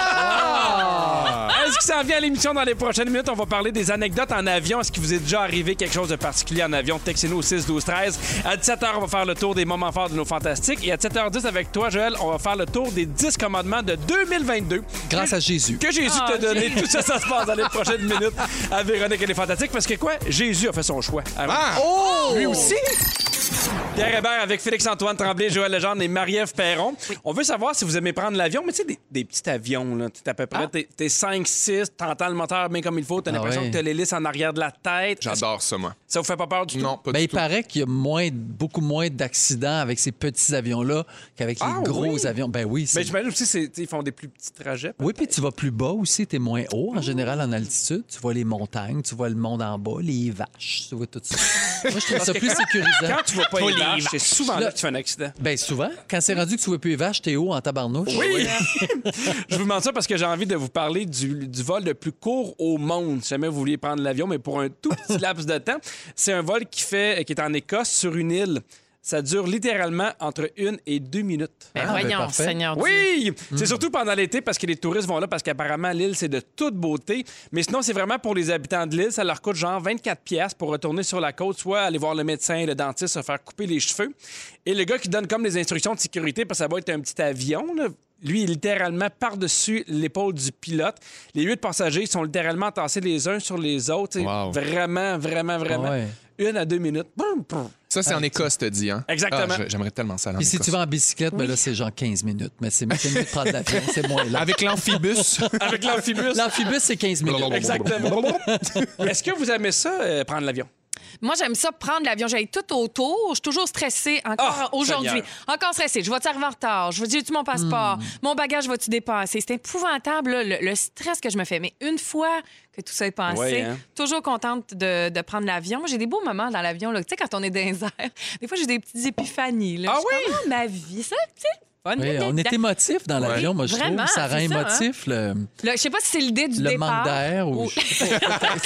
Est-ce que ça en vient à l'émission dans les prochaines minutes? On va parler des anecdotes en avion. Est-ce qu'il vous est déjà arrivé quelque chose de particulier en avion? Textez-nous au 6 12 13. À 17h, on va faire le tour des moments forts de nos fantastiques. Et à 7h10 avec toi, Joël, on va faire le tour des 10 commandements de 2022. Grâce à Jésus. Que Jésus t'a donné. Tout ça, ça se passe dans les prochaines minutes à Véronique et les Fantastiques. Parce que quoi? Jésus a fait son choix. Lui aussi? Pierre Hébert avec Félix-Antoine Tremblay, Joël Legendre et Marie-Ève Perron. On veut savoir si vous aimez prendre l'avion, mais tu sais, des petits avions, là. T'es à peu près, t'es 5-6, t'entends le moteur bien comme il faut, t'as l'impression que t'as l'hélice en arrière de la tête. J'adore ça, moi. Ça vous fait pas peur du tout? Non, pas Ben, du il tout. paraît qu'il y a beaucoup moins d'accidents avec ces petits avions-là qu'avec les gros avions. Ben oui. Mais j'imagine aussi ils font des plus petits trajets. Oui, puis tu vas plus bas aussi, tu es moins haut en général en altitude. Tu vois les montagnes, tu vois le monde en bas, les vaches, tu vois tout ça. Moi, je trouve ça plus sécurisant. Quand tu vois pas les vaches, c'est souvent là que tu fais un accident. Ben souvent, quand c'est rendu que tu vois plus les vaches, t'es haut en tabarnouche. Oui! Je vous demande ça parce que j'ai envie de vous parler du vol le plus court au monde. Si jamais vous vouliez prendre l'avion, mais pour un tout petit laps de temps. C'est un vol qui est en Écosse sur une île. Ça dure littéralement entre 1 et 2 minutes. Ben voyons, parfait. Seigneur Dieu. Oui! C'est surtout pendant l'été parce que les touristes vont là parce qu'apparemment, l'île, c'est de toute beauté. Mais sinon, c'est vraiment pour les habitants de l'île. Ça leur coûte genre 24 piastres pour retourner sur la côte, soit aller voir le médecin, le dentiste, se faire couper les cheveux. Et le gars qui donne comme des instructions de sécurité, parce que ça va être un petit avion, là, lui, il est littéralement par-dessus l'épaule du pilote. Les 8 passagers sont littéralement entassés les uns sur les autres. Wow. Vraiment, vraiment, vraiment. Ouais. 1 à 2 minutes. Ça, c'est en Écosse, t'as dit, hein? Exactement. J'aimerais tellement ça. Puis si tu vas en bicyclette, ben là, c'est genre 15 minutes. Mais c'est mieux de prendre l'avion, c'est moins long. Avec l'amphibus. Avec l'amphibus. L'amphibus, c'est 15 minutes. Exactement. Est-ce que vous aimez ça, prendre l'avion? Moi, j'aime ça, prendre l'avion. J'aille tout autour. Je suis toujours stressée, encore aujourd'hui. Seigneur. Encore stressée. Je vais-tu arriver en retard? J'ai-tu mon passeport? Mon bagage va-tu dépasser? C'est épouvantable, là, le stress que je me fais. Mais une fois que tout ça est passé, toujours contente de prendre l'avion. Moi, j'ai des beaux moments dans l'avion. Tu sais, quand on est dans les airs, des fois, j'ai des petites épiphanies. Là. Ah Je suis oui? comme, ma vie, ça, tu sais. Oui, on est émotif dans l'avion, moi, je Vraiment, trouve. Ça rend c'est ça, émotif, Là, je sais pas si c'est l'idée du le départ. manque d'air. Ou... En fait,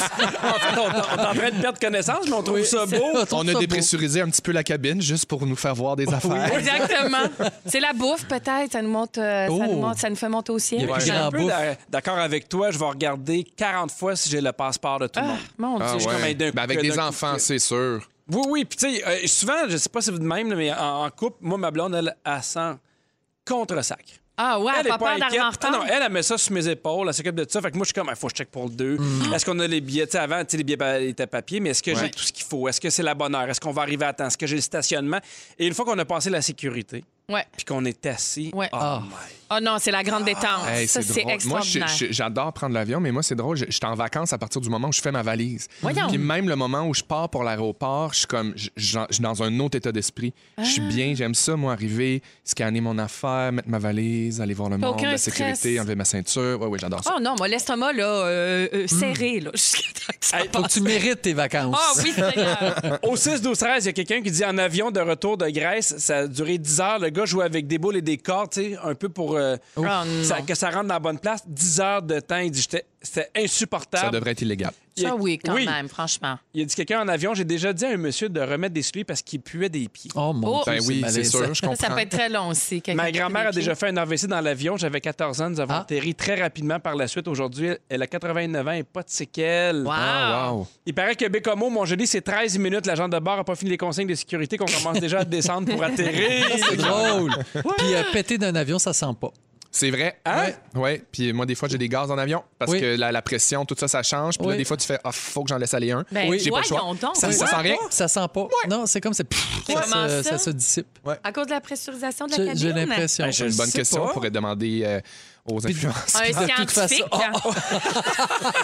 on est en train de perdre connaissance, mais on trouve ça beau. On a dépressurisé un petit peu la cabine juste pour nous faire voir des affaires. Exactement. C'est la bouffe, peut-être. Ça nous monte, ça nous fait monter au ciel. Il y a Je suis un grand peu bouffe. d'accord avec toi. Je vais regarder 40 fois si j'ai le passeport de tout le monde. Mon Dieu. Ah, Je suis ouais. comme, hey, d'un coup, Ben, avec d'un des coup, enfants, c'est sûr. Oui, puis tu sais, souvent, je sais pas si vous de même, là, mais en couple, moi, ma blonde, elle sent contre-sac. Ah ouais, Elle est pas peur d'arriver en inquiète. retard. Non, elle met ça sur mes épaules, elle s'occupe de ça. Fait que moi, je suis comme, il faut que je check pour le 2. Est-ce qu'on a les billets? Tu sais, avant, les billets étaient papier, mais est-ce que j'ai tout ce qu'il faut? Est-ce que c'est la bonne heure? Est-ce qu'on va arriver à temps? Est-ce que j'ai le stationnement? Et une fois qu'on a passé la sécurité, Ouais. puis qu'on est assis, Ouais. oh my. Oh non, c'est la grande détente. Hey, ça, c'est drôle. Moi, extraordinaire. j'adore prendre l'avion, mais moi, c'est drôle. Je suis en vacances à partir du moment où je fais ma valise. Voyons. Puis même le moment où je pars pour l'aéroport, je suis comme, je suis dans un autre état d'esprit. Je suis bien, j'aime ça, moi, arriver, scanner mon affaire, mettre ma valise, aller voir le monde, aucun la stress. sécurité, enlever ma ceinture. Oui, j'adore ça. Oh non, moi, l'estomac, là, serré, là, jusqu'à temps que ça Hey, Faut que tu mérites tes vacances. Ah oui, Seigneur. Au 6-12-13, il y a quelqu'un qui dit en avion de retour de Grèce, ça a duré 10 heures. Le gars jouait avec des boules et des cordes, tu sais, un peu pour que ça rentre dans la bonne place. 10 heures de temps. Il dit c'était insupportable. Ça devrait être illégal. Ça, oui, quand même, franchement. Il a dit quelqu'un en avion, j'ai déjà dit à un monsieur de remettre des souliers parce qu'il puait des pieds. Oh mon Dieu, Ben oui, c'est sûr, je comprends. Ça peut être très long aussi. Ma grand-mère a déjà fait un AVC dans l'avion. J'avais 14 ans. Nous avons atterri très rapidement par la suite. Aujourd'hui, elle a 89 ans et pas de séquelles. Wow. Wow. Il paraît que Bécomo, Montjoli, c'est 13 minutes. L'agent de bord n'a pas fini les consignes de sécurité qu'on commence déjà à descendre pour atterrir. c'est drôle. Puis péter d'un avion, ça sent pas. C'est vrai. Hein? Ouais. Puis moi, des fois, j'ai des gaz en avion parce Oui. que la pression, tout ça, ça change. Puis là, des fois, tu fais, faut que j'en laisse aller un. Ben, J'ai pas le choix. voyons donc. Ça sent rien. Ça sent pas. Non, c'est comme ça. Comment ça? Ça se dissipe. À cause de la pressurisation de la cabine? J'ai l'impression. C'est une bonne sais question. pas. On pourrait demander aux influenceurs. Un De toute façon. scientifique.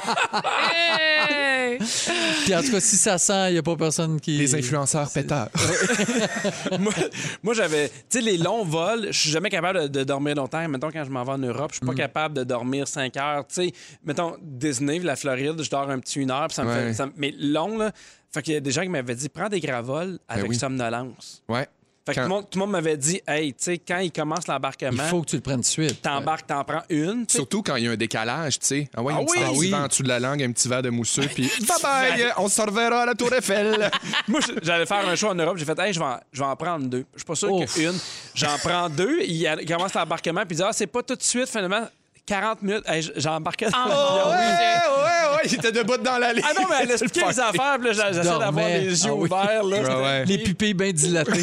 Hey! Puis en tout cas, si ça sent, il n'y a pas personne qui. Les influenceurs péteurs. moi, j'avais... Tu sais, les longs vols, je suis jamais capable de dormir longtemps. Mettons, quand je m'en vais en Europe, je suis pas capable de dormir 5 heures. Tu sais, mettons, Disney, la Floride, je dors un petit 1 heure, puis ça me fait... Mais long, là... Fait qu'il y a des gens qui m'avaient dit, prends des gravoles avec somnolence. Ouais. Fait que tout le monde m'avait dit, hey, tu sais, quand il commence l'embarquement... Il faut que tu le prennes tout de suite. T'embarques, t'en prends une. T'sais. Surtout quand il y a un décalage, tu sais. Ah ouais, un petit oui. vent en dessous de la langue, un petit verre de mousseux, puis bye-bye, on se reverra à la Tour Eiffel. Moi, j'allais faire un show en Europe, j'ai fait, hey, je vais en prendre 2. Je suis pas sûr qu'une. J'en prends 2, il commence l'embarquement, puis il dit, c'est pas tout de suite, finalement. 40 minutes, hey, j'embarquais dans l'avion. Ouais, il était debout dans la ligne. Ah non, mais elle expliquait les affaires, puis là, j'essaie d'avoir les yeux ouverts. Là. Les pupilles bien dilatées.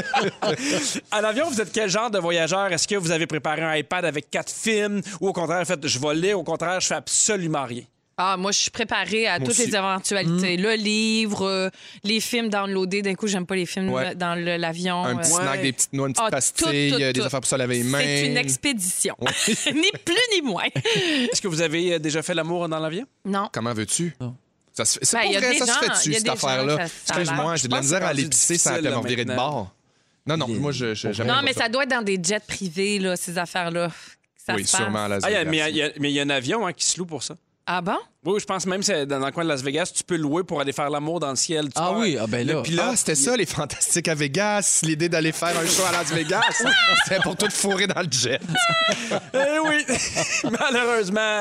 À l'avion, vous êtes quel genre de voyageur? Est-ce que vous avez préparé un iPad avec 4 films ou au contraire, je vais lire, au contraire, je fais absolument rien? Ah, moi, je suis préparée à toutes les éventualités. Le livre, les films downloadés. D'un coup, j'aime pas les films dans l'avion. Un petit snack, des petites noix, une petite pastille, des affaires pour se laver les mains. C'est une expédition. Ni plus ni moins. Est-ce que vous avez déjà fait l'amour dans l'avion? Non. Comment veux-tu? Ça se fait, c'est Ben, pas y a vrai, des ça se gens- fait-tu, y a cette des gens affaire-là? que ça a Excuse-moi, l'air. j'ai de la Je pense misère que à c'est aller rendu pisser sans difficile, me virer de maintenant. bord. Non, moi, j'aime Non, pas mais ça. ça doit être dans des jets privés, là, ces affaires-là. Ça Oui, se passe. sûrement à Las Ah, Vegas. mais il y a un avion qui se loue pour ça. Ah bon? Oui, je pense même que c'est dans le coin de Las Vegas, tu peux louer pour aller faire l'amour dans le ciel. Tu Ah pars- oui, ah ben là. Le pilote, Ah, c'était ça, les fantastiques à Vegas, l'idée d'aller faire un show à Las Vegas. C'était pour tout fourrer dans le jet. Eh oui, malheureusement.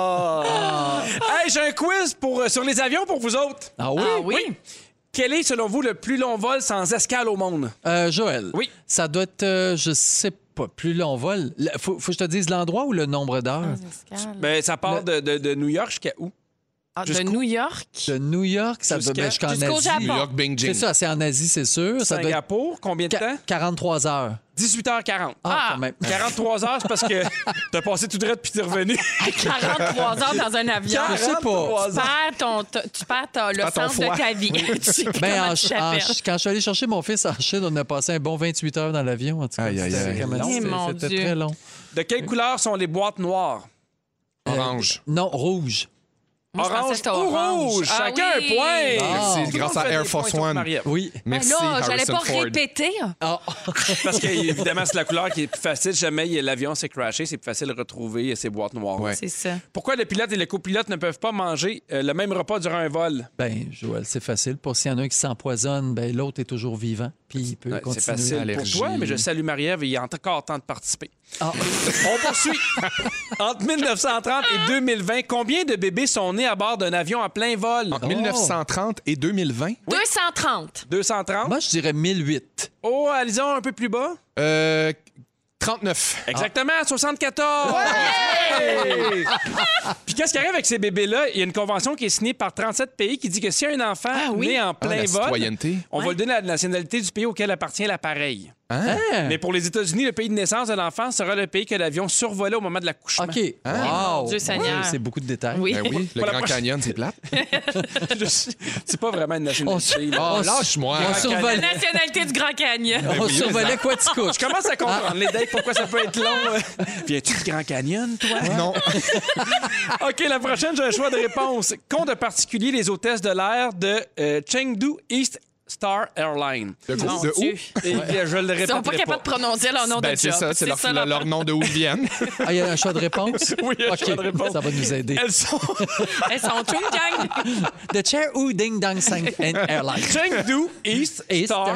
Hey, j'ai un quiz sur les avions pour vous autres. Ah oui? Ah oui? Quel est, selon vous, le plus long vol sans escale au monde? Joël. Oui. Ça doit être, je sais pas, plus long vol. Faut que je te dise l'endroit ou le nombre d'heures? Ben, ça part de New York jusqu'à où? Ah, de jusqu'où? New York? De New York, ça doit Jusqu'à- jusqu'en jusqu'au Asie. Japon. New York, Beijing. C'est ça, c'est en Asie, c'est sûr. Ça doit être Singapour, combien de temps? 43 heures. 18h40. Ah, quand même. 43 heures, c'est parce que t'as passé tout droit puis t'es revenu. 43 heures dans un avion. Je sais pas. 43 heures. Tu perds le ton sens foie. de ta vie. Tu Ben, commences à chapelle. quand je suis allé chercher mon fils en Chine, on a passé un bon 28 heures dans l'avion. En tout cas, Aïe, aïe, C'était aïe. quand même- Eh, mon c'était Dieu. très long. De quelle couleur sont les boîtes noires? Orange. Non, rouge. Moi, je pensais que Orange c'était ou orange. rouge? Ah Chacun oui. un point! Ah. Merci, grâce à Air Force One. Oui. Merci, Ben là, j'allais Harrison pas Ford. répéter. Ah. Parce que, évidemment, c'est la couleur qui est plus facile. Jamais l'avion s'est crashé, c'est plus facile de retrouver ces boîtes noires. Ouais. C'est ça. Pourquoi le pilote et le copilote ne peuvent pas manger le même repas durant un vol? Ben, Joël, c'est facile. Pour s'il y en a un qui s'empoisonne, ben, l'autre est toujours vivant. Puis il peut Ouais, continuer. c'est facile allergie. pour toi, mais je salue Marie-Ève et il y a encore temps de participer. Ah. On poursuit. Entre 1930 et 2020, combien de bébés sont nés à bord d'un avion en plein vol? Entre 1930 et 2020? 230. 230? Moi, je dirais 1008. Oh, Alison, un peu plus bas. 39. Exactement, 74! Hey! Puis qu'est-ce qui arrive avec ces bébés-là? Il y a une convention qui est signée par 37 pays qui dit que si un enfant né en plein la vol, citoyenneté. on va lui donner la nationalité du pays auquel appartient l'appareil. Hein? Mais pour les États-Unis, le pays de naissance de l'enfant sera le pays que l'avion survolait au moment de l'accouchement. OK. Mon Wow. Dieu Seigneur. C'est beaucoup de détails. Oui. Ben oui, le Pour la Grand prochaine- Canyon, c'est plate. C'est pas vraiment une nationalité. là. Oh, lâche-moi. On La survolait, nationalité du Grand Canyon. on survolait Quaticook. Je commence à comprendre les dates, pourquoi ça peut être long. Viens-tu du Grand Canyon, toi? Non. OK, la prochaine, j'ai un choix de réponse. Qu'ont de particulier les hôtesses de l'air de Chengdu East Star Airlines? De Mon où? Dieu. Et je le Ils répéterai sont pas capables de prononcer leur nom Ben, de c'est job. ça, c'est leur nom de où ils viennent. Ah, il y a un choix de réponse? Oui, un OK, choix de réponse. ça va nous aider. Elles sont Elles sont chung gang. The Chair ou Ding Dong Sang Airlines. Chengdu East East Star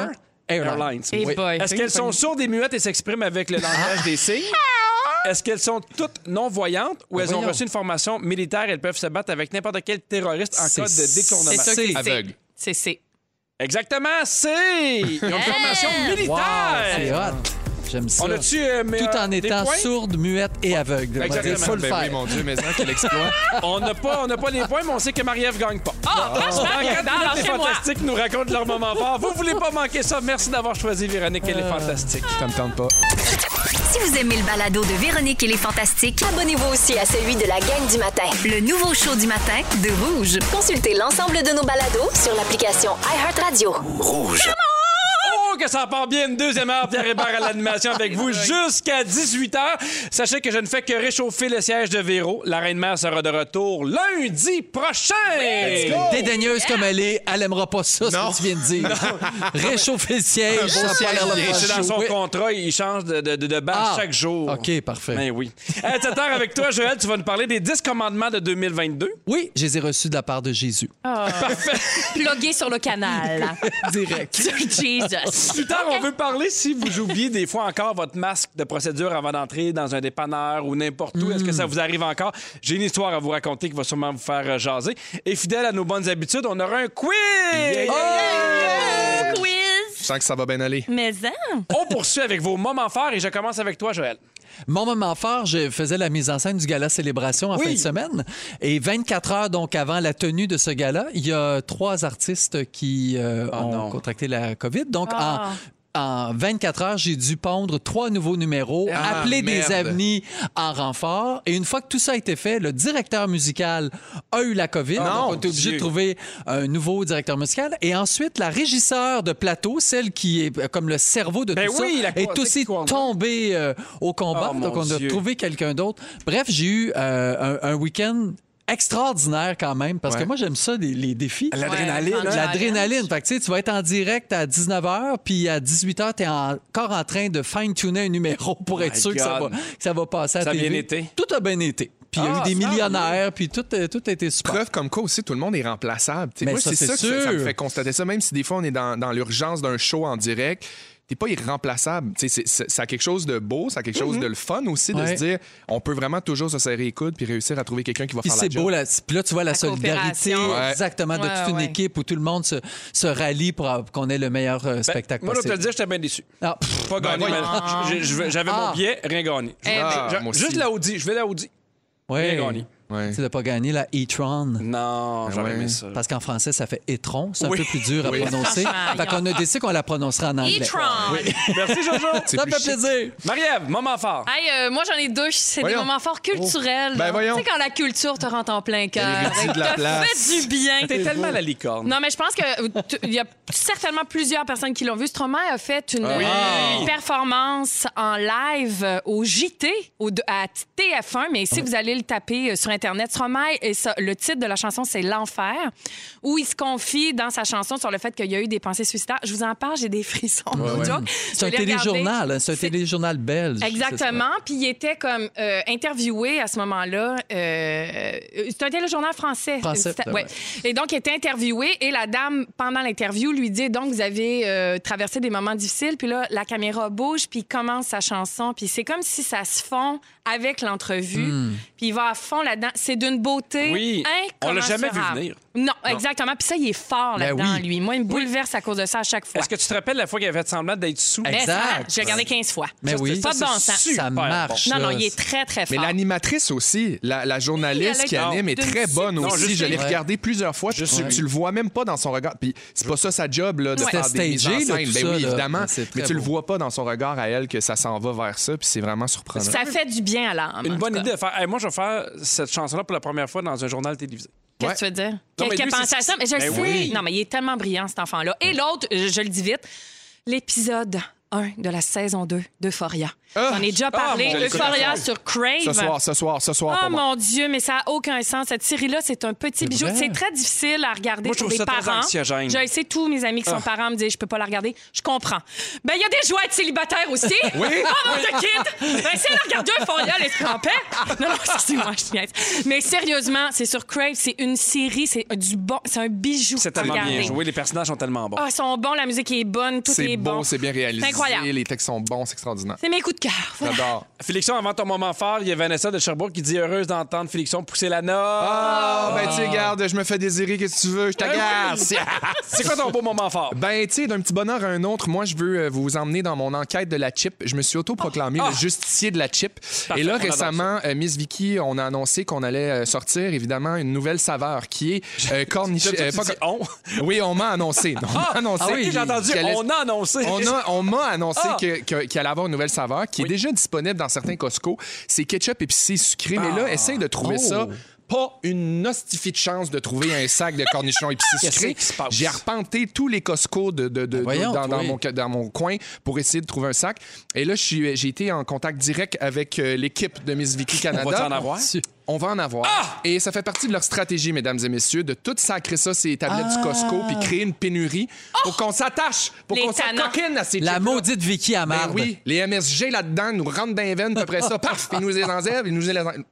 Airlines. Et Oui. boy. Est-ce qu'elles sont sourdes et muettes et s'expriment avec le langage des signes? Est-ce qu'elles sont toutes non-voyantes ou elles ont voyons. reçu une formation militaire et elles peuvent se battre avec n'importe quel terroriste en cas de détournement? C'est ça que c'est. Aveugle. C'est C. Exactement, c'est! Ils ont une formation militaire! C'est hot. J'aime ça. On a-tu... Tout en étant sourde, muette et aveugle. Exactement. Faut le Ben faire. oui, mon Dieu, mais quel exploit. On n'a pas les points, mais on sait que Marie-Ève gagne pas. Franchement, Les lâchez-moi. Fantastiques nous racontent leur moment fort. Vous voulez pas manquer ça? Merci d'avoir choisi Véronique et les Fantastiques. Ça me tente pas. Si vous aimez le balado de Véronique et les Fantastiques, Abonnez-vous aussi à celui de la gang du matin. le nouveau show du matin de Rouge. Consultez l'ensemble de nos balados sur l'application iHeartRadio. Oh, que ça part bien une deuxième heure, Pierre Hébert à l'animation avec vous jusqu'à 18h. Sachez que je ne fais que réchauffer le siège de Véro. La Reine-Mère sera de retour lundi prochain. Dédaigneuse comme elle est, elle aimera pas ça, ce Non. que tu viens de dire. Réchauffer le siège, ça a pas l'air le C'est dans son Oui. contrat, il change de base chaque jour. OK, parfait. Ben oui. À cette heure, avec toi, Joël, tu vas nous parler des 10 commandements de 2022. Oui, je les ai reçus de la part de Jésus. Plugué sur le canal. Direct. Jesus. Plus tard, on veut parler si vous oubliez des fois encore votre masque de procédure avant d'entrer dans un dépanneur ou n'importe où. Est-ce que ça vous arrive encore? J'ai une histoire à vous raconter qui va sûrement vous faire jaser. Et fidèle à nos bonnes habitudes, on aura un quiz! Quiz. Je sens que ça va bien aller. Mais On poursuit avec vos moments forts et je commence avec toi, Joël. Mon moment fort, je faisais la mise en scène du gala Célébration en fin de semaine. Et 24 heures donc avant la tenue de ce gala, il y a 3 artistes qui ont contracté la COVID. Donc, en 24 heures, j'ai dû pondre 3 nouveaux numéros, appeler merde. des amis en renfort. Et une fois que tout ça a été fait, le directeur musical a eu la COVID. Donc, on était obligé de trouver un nouveau directeur musical. Et ensuite, la régisseur de plateau, celle qui est comme le cerveau de tout ça, est aussi tombée au combat. Oh, donc, on a Dieu. trouvé quelqu'un d'autre. Bref, j'ai eu un week-end extraordinaire quand même, parce que moi, j'aime ça, les défis. L'adrénaline. Ouais, hein? L'adrénaline. Fait que, tu sais, tu vas être en direct à 19h, puis à 18h, tu es encore en train de fine-tuner un numéro pour être sûr que ça va passer à Ça a TV. bien été? Tout a bien été. Puis il y a eu des millionnaires, puis tout a été super. Preuve comme quoi aussi, tout le monde est remplaçable. T'sais, Mais moi, ça, c'est c'est ça que ça me sûr. fait constater ça, même si des fois on est dans l'urgence d'un show en direct. T'es pas irremplaçable. Ça a quelque chose de beau, ça a quelque chose de le fun aussi de Ouais. se dire on peut vraiment toujours se serrer les coudes puis réussir à trouver quelqu'un qui va Puis faire la c'est job. beau, puis là, tu vois la solidarité coopération. exactement de Ouais, toute une ouais. équipe où tout le monde se rallie pour qu'on ait le meilleur spectacle Moi, je vais te le possible. dire, j'étais bien déçu. Ah, Pas gagné. mais j'avais mon billet, rien gagné. moi aussi. Juste la Audi. Je vais la Audi. ouais. Rien gagné. Ouais. Tu n'as pas gagné la e-tron. Non, j'aurais ouais. aimé ça. Parce qu'en français, ça fait e-tron. C'est un Oui. peu plus dur à prononcer. Franchement, Fait qu'on a décidé qu'on la prononcerait en anglais. E-tron. Merci, Jojo. C'est Ça plus fait chic. plaisir. Marie-Ève, moment fort. Hey, moi, j'en ai 2. C'est des Voyons. moments forts culturels. Ben là. voyons. Tu sais, quand la culture te rentre en plein cœur. L'hérédité de la te place. fait du bien. T'es tellement la licorne. Non, mais je pense qu'il y a certainement plusieurs personnes qui l'ont vu. Stromae a fait une performance en live au JT, à TF1, mais si vous allez le taper sur Internet, Stromae, et le titre de la chanson, c'est L'Enfer, où il se confie dans sa chanson sur le fait qu'il y a eu des pensées suicidaires. Je vous en parle, j'ai des frissons. C'est un téléjournal. Hein, c'est un téléjournal belge. Exactement. Puis il était comme interviewé à ce moment-là. C'est un téléjournal français. Français, Ouais. Et donc, il était interviewé et la dame, pendant l'interview, lui dit donc, vous avez traversé des moments difficiles. Puis là, la caméra bouge, puis il commence sa chanson. Puis c'est comme si ça se fond avec l'entrevue. Puis il va à fond là-dedans. C'est d'une beauté Oui. On l'a jamais vu incommensurable. venir. Non, exactement. Puis ça, il est fort Ben là-dedans, oui. lui. Moi, il me bouleverse à cause de ça à chaque fois. Est-ce que tu te rappelles la fois qu'il avait fait semblant d'être sous? Mais Exact. ça, j'ai regardé 15 fois. Mais oui. Pas de bon sens. Ça marche. Non, non, ça. il est très, très fort. Mais l'animatrice aussi, la journaliste Oui, qui anime est d'une très bonne subtilité. aussi. juste- Je l'ai Ouais. regardé plusieurs fois. puis Tu le vois même pas dans son regard. Puis c'est pas ça sa job là, de Ouais. faire des mises en C'était stagé, scène. là, tout Ben oui, ça, là. évidemment. Ouais, c'est très Mais tu le beau. vois pas dans son regard à elle que ça s'en va vers ça. Puis c'est vraiment surprenant. Ça fait du bien à l'âme. Une en bonne tout cas. idée de faire. Hey, moi, je vais faire cette chanson-là pour la première fois dans un journal télévisé. Qu'est-ce Ouais. que tu veux dire? Non, mais Qui a lui, pensé c'est- à ça? Mais je le Ben sais. oui. Non, mais il est tellement brillant, cet enfant-là. Et l'autre, je le dis vite, l'épisode 1 de la saison 2 d'Euphoria. J'en ai déjà parlé. Euphoria sur Crave. Ce soir. Oh mon Dieu, mais ça n'a aucun sens. Cette série-là, c'est un petit bijou. C'est très difficile à regarder Moi, je pour trouve les ça très parents. anxiogène. Je sais, tous mes amis qui sont parents me disent je peux pas la regarder. Je comprends. Ben, il y a des joies de célibataires aussi. Oui. Oh mon Dieu, kid! Ben, c'est de regarder Euphoria, l'esprit en paix. Non, ça, c'est moi, je niaise. Mais sérieusement, c'est sur Crave. C'est une série. C'est un bijou. C'est tellement Regardez. bien joué. Les personnages sont tellement bons. Ah, ils sont bons. La musique est bonne. Tout est bon. C'est bien réalisé. C'est incroyable. Les textes sont bons, c'est extraordinaire. C'est mes coups de cœur. Voilà. J'adore. Félixon, avant ton moment fort, il y a Vanessa de Sherbrooke qui dit heureuse d'entendre Félixon pousser la note. Ben, tu sais, regarde, je me fais désirer, qu'est-ce que tu veux, je t'agace. C'est quoi ton beau moment fort? Ben, tu sais, d'un petit bonheur à un autre, moi, je veux vous emmener dans mon enquête de la chip. Je me suis autoproclamé le justicier de la chip. Parfait, Et là, on adore récemment, Miss Vicky, on a annoncé qu'on allait sortir, évidemment, une nouvelle saveur qui est cornichon. Oui, on m'a annoncé. On m'a annoncé. oui, j'ai entendu. On a annoncé. On m'a annoncé qu'il allait avoir une nouvelle saveur qui est déjà disponible dans certains Costco. C'est ketchup épicé sucré. Mais là, essaye de trouver ça. Pas une hostifie de chance de trouver un sac de cornichons épicés sucrés. J'ai arpenté tous les Costco dans mon coin pour essayer de trouver un sac. Et là, j'ai été en contact direct avec l'équipe de Miss Vicky Canada. On va en avoir? On va en avoir. Et ça fait partie de leur stratégie, mesdames et messieurs, de tout sacrer ça sur les tablettes du Costco puis créer une pénurie pour qu'on s'attache, pour qu'on s'acoquine à ces La chips-là. maudite Vicky à marde. Ben oui, les MSG là-dedans nous rentrent dans les veines, à peu près ça, paf, ils nous les enlèvent, ils nous les enlèvent.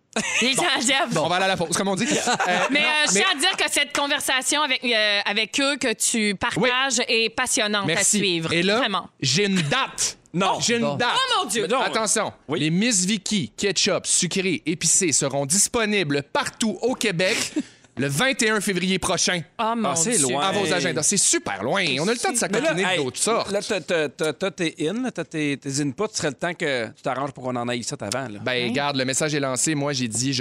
On va aller à la pause, comme on dit. Mais je tiens à dire que cette conversation avec eux que tu partages est passionnante à suivre. Et là, Vraiment. j'ai une date. Non, j'ai une date. Oh mon Dieu! Attention, les Miss Vicky ketchup sucré épicé seront disponibles partout au Québec le 21 février prochain. Oh mon c'est Dieu! loin. À vos agendas. C'est super loin. On a le temps de s'accoquiner d'autres sortes. Là, t'as tes in, t'as tes inputs. Ce serait le temps que tu t'arranges pour qu'on en aille ça avant. Là. Ben, regarde, le message est lancé. Moi, j'ai dit,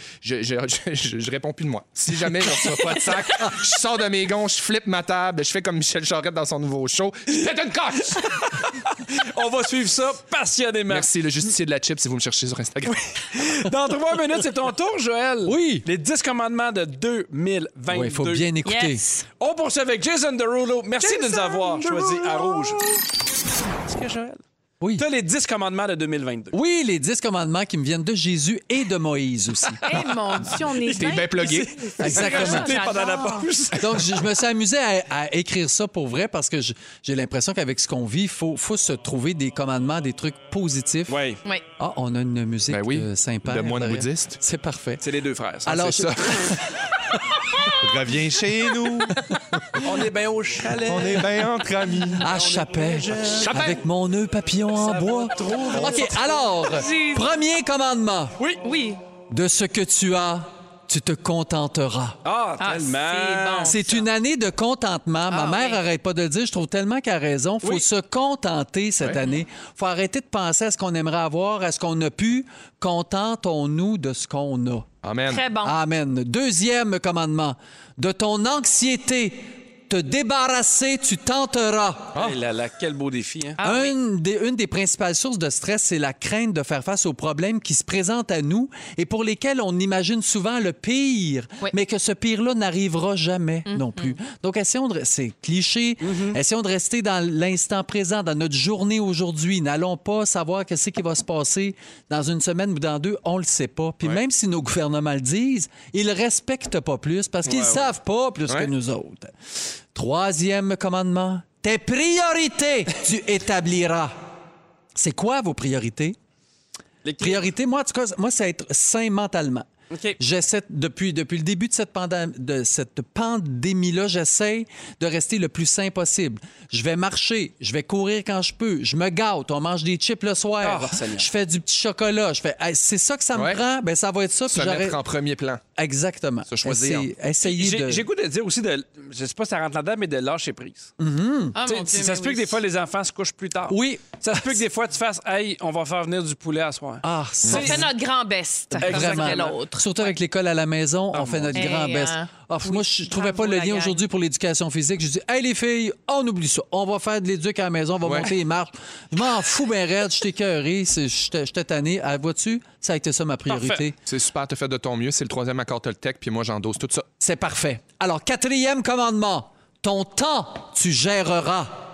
je réponds plus de moi. Si jamais je ne reçois pas de sac, je sors de mes gonds, je flippe ma table, je fais comme Michel Charette dans son nouveau show. Je pète une coche! On va suivre ça passionnément. Merci, le justicier de la chip, si vous me cherchez sur Instagram. Dans 3 minutes, c'est ton tour, Joël. Oui. Les 10 commandements de 2022. Oui, il faut bien écouter. Yes. On poursuit avec Jason Derulo. Merci de nous avoir choisi à Rouge. Est-ce que Joël? Oui. Tu as les 10 commandements de 2022. Oui, les 10 commandements qui me viennent de Jésus et de Moïse aussi. Eh mon Dieu, on est T'es bien plugué. Exactement. Rajouté pendant la pause. Donc, je me suis amusé à écrire ça pour vrai parce que j'ai l'impression qu'avec ce qu'on vit, il faut se trouver des commandements, des trucs positifs. Oui. Oui. Ah, on a une musique Ben oui, de Saint-Père. de moine derrière. bouddhiste. C'est parfait. C'est les deux frères. Ça. Alors, C'est ça. Reviens chez nous. On est bien au chalet. On est bien entre amis. à Chapelle, avec mon nœud papillon en bois. OK, alors, premier commandement. Oui. De ce que tu as, tu te contenteras. Ah, Ah, tellement. c'est bon. C'est une année de contentement. Ma mère arrête pas de le dire. Je trouve tellement qu'elle a raison. Il faut se contenter cette année. Il faut arrêter de penser à ce qu'on aimerait avoir, à ce qu'on a pu. Contentons-nous de ce qu'on a. Amen. Très bon. Amen. Deuxième commandement. De ton anxiété, te débarrasser, tu tenteras. Hey là là, quel beau défi. Hein? Une des principales sources de stress, c'est la crainte de faire face aux problèmes qui se présentent à nous et pour lesquels on imagine souvent le pire, Oui. mais que ce pire-là n'arrivera jamais non plus. Donc, essayons c'est cliché, essayons de rester dans l'instant présent, dans notre journée aujourd'hui. N'allons pas savoir qu'est-ce qui va se passer dans une semaine ou dans deux, on le sait pas. Puis même si nos gouvernements le disent, ils le respectent pas plus parce qu'ils savent pas plus que nous autres. Troisième commandement, tes priorités, tu établiras. C'est quoi vos priorités? Les Priorité, moi, en tout cas, c'est être sain mentalement. OK. J'essaie, depuis le début de cette pandémie-là, j'essaie de rester le plus sain possible. Je vais marcher, je vais courir quand je peux, je me gâte, on mange des chips le soir, Ah, Seigneur. je fais du petit chocolat, c'est ça que ça me prend, ben ça va être ça. Se puis mettre en premier plan. Exactement. Se choisir. Essayer de... J'ai goût de dire aussi, je sais pas si ça rentre là-dedans, mais de lâcher prise. Ah, mon Dieu, Ça se peut que des fois, les enfants se couchent plus tard. Oui. Ça se peut que des fois, tu fasses, hey, on va faire venir du poulet à soir. Ah, On fait notre grand best. Comme Vraiment. dirait l'autre. Surtout avec l'école à la maison, on fait notre grand best. Moi, je trouvais pas bravo, le la lien gang. aujourd'hui pour l'éducation physique. Je dis, hey les filles, on oublie ça. On va faire de l'éduc à la maison, on va monter les marches. Je m'en fous ben raide, je t'ai écœuré, j'étais tanné. Ah, vois-tu, ça a été ça ma priorité. Parfait. C'est super, t'as fait de ton mieux. C'est le troisième accord Toltec, puis moi, j'endosse tout ça. C'est parfait. Alors, quatrième commandement, ton temps, tu géreras.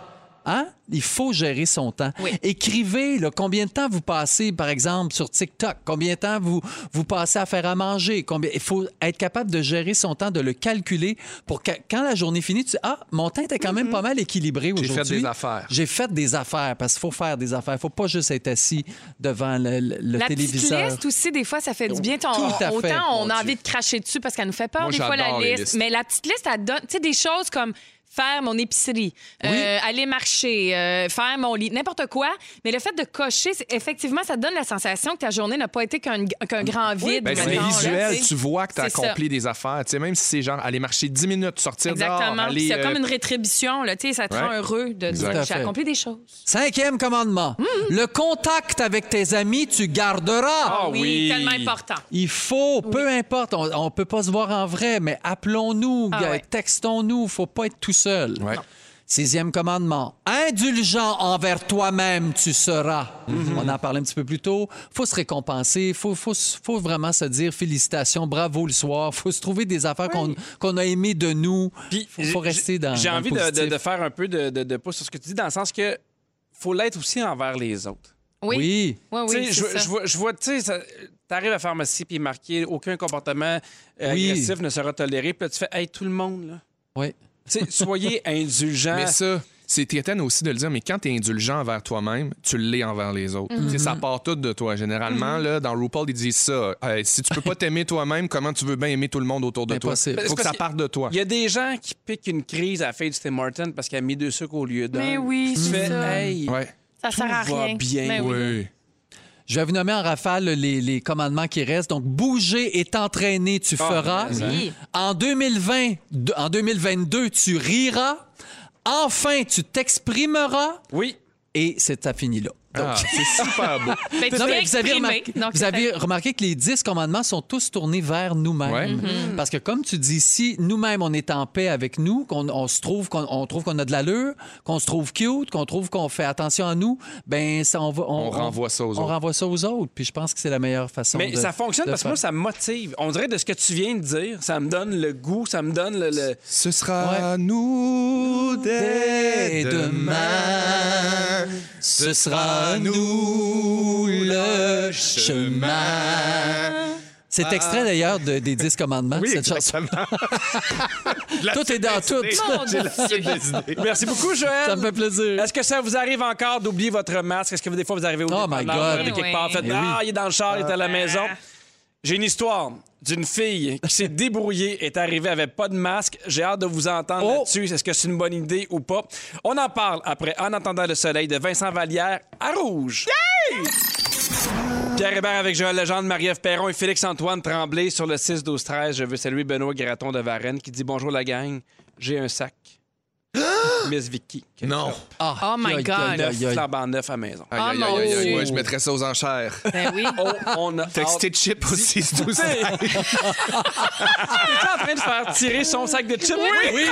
Hein? Il faut gérer son temps. Oui. Écrivez là, combien de temps vous passez, par exemple, sur TikTok, combien de temps vous passez à faire à manger. Il faut être capable de gérer son temps, de le calculer pour que quand la journée finit, tu dis « Ah, mon temps était quand même pas mal équilibré aujourd'hui. » J'ai fait des affaires. J'ai fait des affaires, parce qu'il faut faire des affaires. Il ne faut pas juste être assis devant le la téléviseur. La petite liste aussi, des fois, ça fait du bien. Tout à fait. Autant on Mon a Dieu. envie de cracher dessus parce qu'elle nous fait peur, Moi, des fois, la j'adore les liste. listes. Mais la petite liste, elle donne, tu sais, des choses comme faire mon épicerie, aller marcher, faire mon lit, n'importe quoi. Mais le fait de cocher, effectivement, ça te donne la sensation que ta journée n'a pas été qu'un grand vide. Ben, c'est mettons, là, visuel, tu sais. tu vois que tu as C'est accompli des affaires. Tu sais, même si c'est genre aller marcher 10 minutes, sortir dehors, Exactement. aller... C'est comme une rétribution, là, tu sais, ça te rend Ouais. heureux de Exact. dire Tout à j'ai fait. accompli des choses. 5e commandement. Le contact avec tes amis, tu garderas. Ah oui. Tellement important. Il faut, peu importe, on peut pas se voir en vrai, mais appelons-nous, Ah ouais. textons-nous, faut pas être tout seul. Ouais. 6e commandement. Indulgent envers toi-même, tu seras. On en parlait un petit peu plus tôt. Faut se récompenser. Faut vraiment se dire félicitations, bravo le soir. Faut se trouver des affaires qu'on a aimées de nous. Puis, Faut rester dans J'ai dans le envie positif. de faire un peu de pouce sur ce que tu dis, dans le sens que faut l'être aussi envers les autres. Oui. Oui. Oui, Tu oui, sais, c'est ça. je vois, tu sais, t'arrives à la pharmacie puis marqué aucun comportement agressif ne sera toléré. Puis là, tu fais, hey, tout le monde, là. Oui. Tu sais, soyez indulgents. Mais ça, c'est Triétaine aussi de le dire, mais quand tu es indulgent envers toi-même, tu l'es envers les autres. Tu sais, ça part tout de toi. Généralement, là, dans RuPaul, ils disent ça. Si tu peux pas t'aimer toi-même, comment tu veux bien aimer tout le monde autour de toi? Impossible. Il faut que Parce ça parte de toi. Il y a des gens qui piquent une crise à la fille du Tim Hortons parce qu'elle a mis 2 sucres au lieu d'un. Mais oui, Tu c'est fais, ça. hey, Ouais. Ça sert à tout va rien. bien. Mais oui. Oui. Je vais vous nommer en rafale les commandements qui restent. Donc, bouger et t'entraîner, tu feras. Oui. En 2022, tu riras. Enfin, tu t'exprimeras. Oui. Et ça finit là. Donc, Ah, c'est super beau. Ben, tu non, t'es mais vous avez exprimé. remarqué, Donc, vous c'est avez remarqué que les 10 commandements sont tous tournés vers nous-mêmes. Ouais. Parce que comme tu dis, si nous-mêmes, on est en paix avec nous, qu'on se trouve qu'on trouve qu'on a de l'allure, qu'on se trouve cute, qu'on trouve qu'on fait attention à nous, ben ça, on renvoie ça aux On autres. renvoie ça aux autres. Puis je pense que c'est la meilleure façon Mais de ça fonctionne de parce que moi, faire. ça me motive. On dirait de ce que tu viens de dire, ça me donne le goût, ça me donne le... Ce sera nous dès Et demain, ce sera nous le chemin. C'est extrait d'ailleurs des 10 commandements, cette chanson. Tout est dans tout. Mon Dieu. Merci beaucoup, Joël. Ça me fait plaisir. Est-ce que ça vous arrive encore d'oublier votre masque? Est-ce que des fois, vous arrivez au Oh my dépanneur, God. vous allez quelque part, faites, Eh oui. il est dans le char, il est à la maison. J'ai une histoire d'une fille qui s'est débrouillée, est arrivée, avait pas de masque. J'ai hâte de vous entendre là-dessus. Est-ce que c'est une bonne idée ou pas? On en parle après En attendant le soleil de Vincent Vallière à Rouge. Pierre Hébert avec Joël Legendre, Marie-Ève Perron et Félix-Antoine Tremblay sur le 6-12-13. Je veux saluer Benoît Graton de Varennes qui dit « Bonjour la gang, j'ai un sac. » Miss Vicky. Non. Oh my God. Neuf, flambant neuf à la maison. Aïe, aïe, mon aïe, aïe, Dieu. ouais, je mettrais ça aux enchères. Ben oui. Oh, on a Textez hâte. Chip aussi, c'est tout ça. T'es en train de faire tirer son sac de chips? Oui!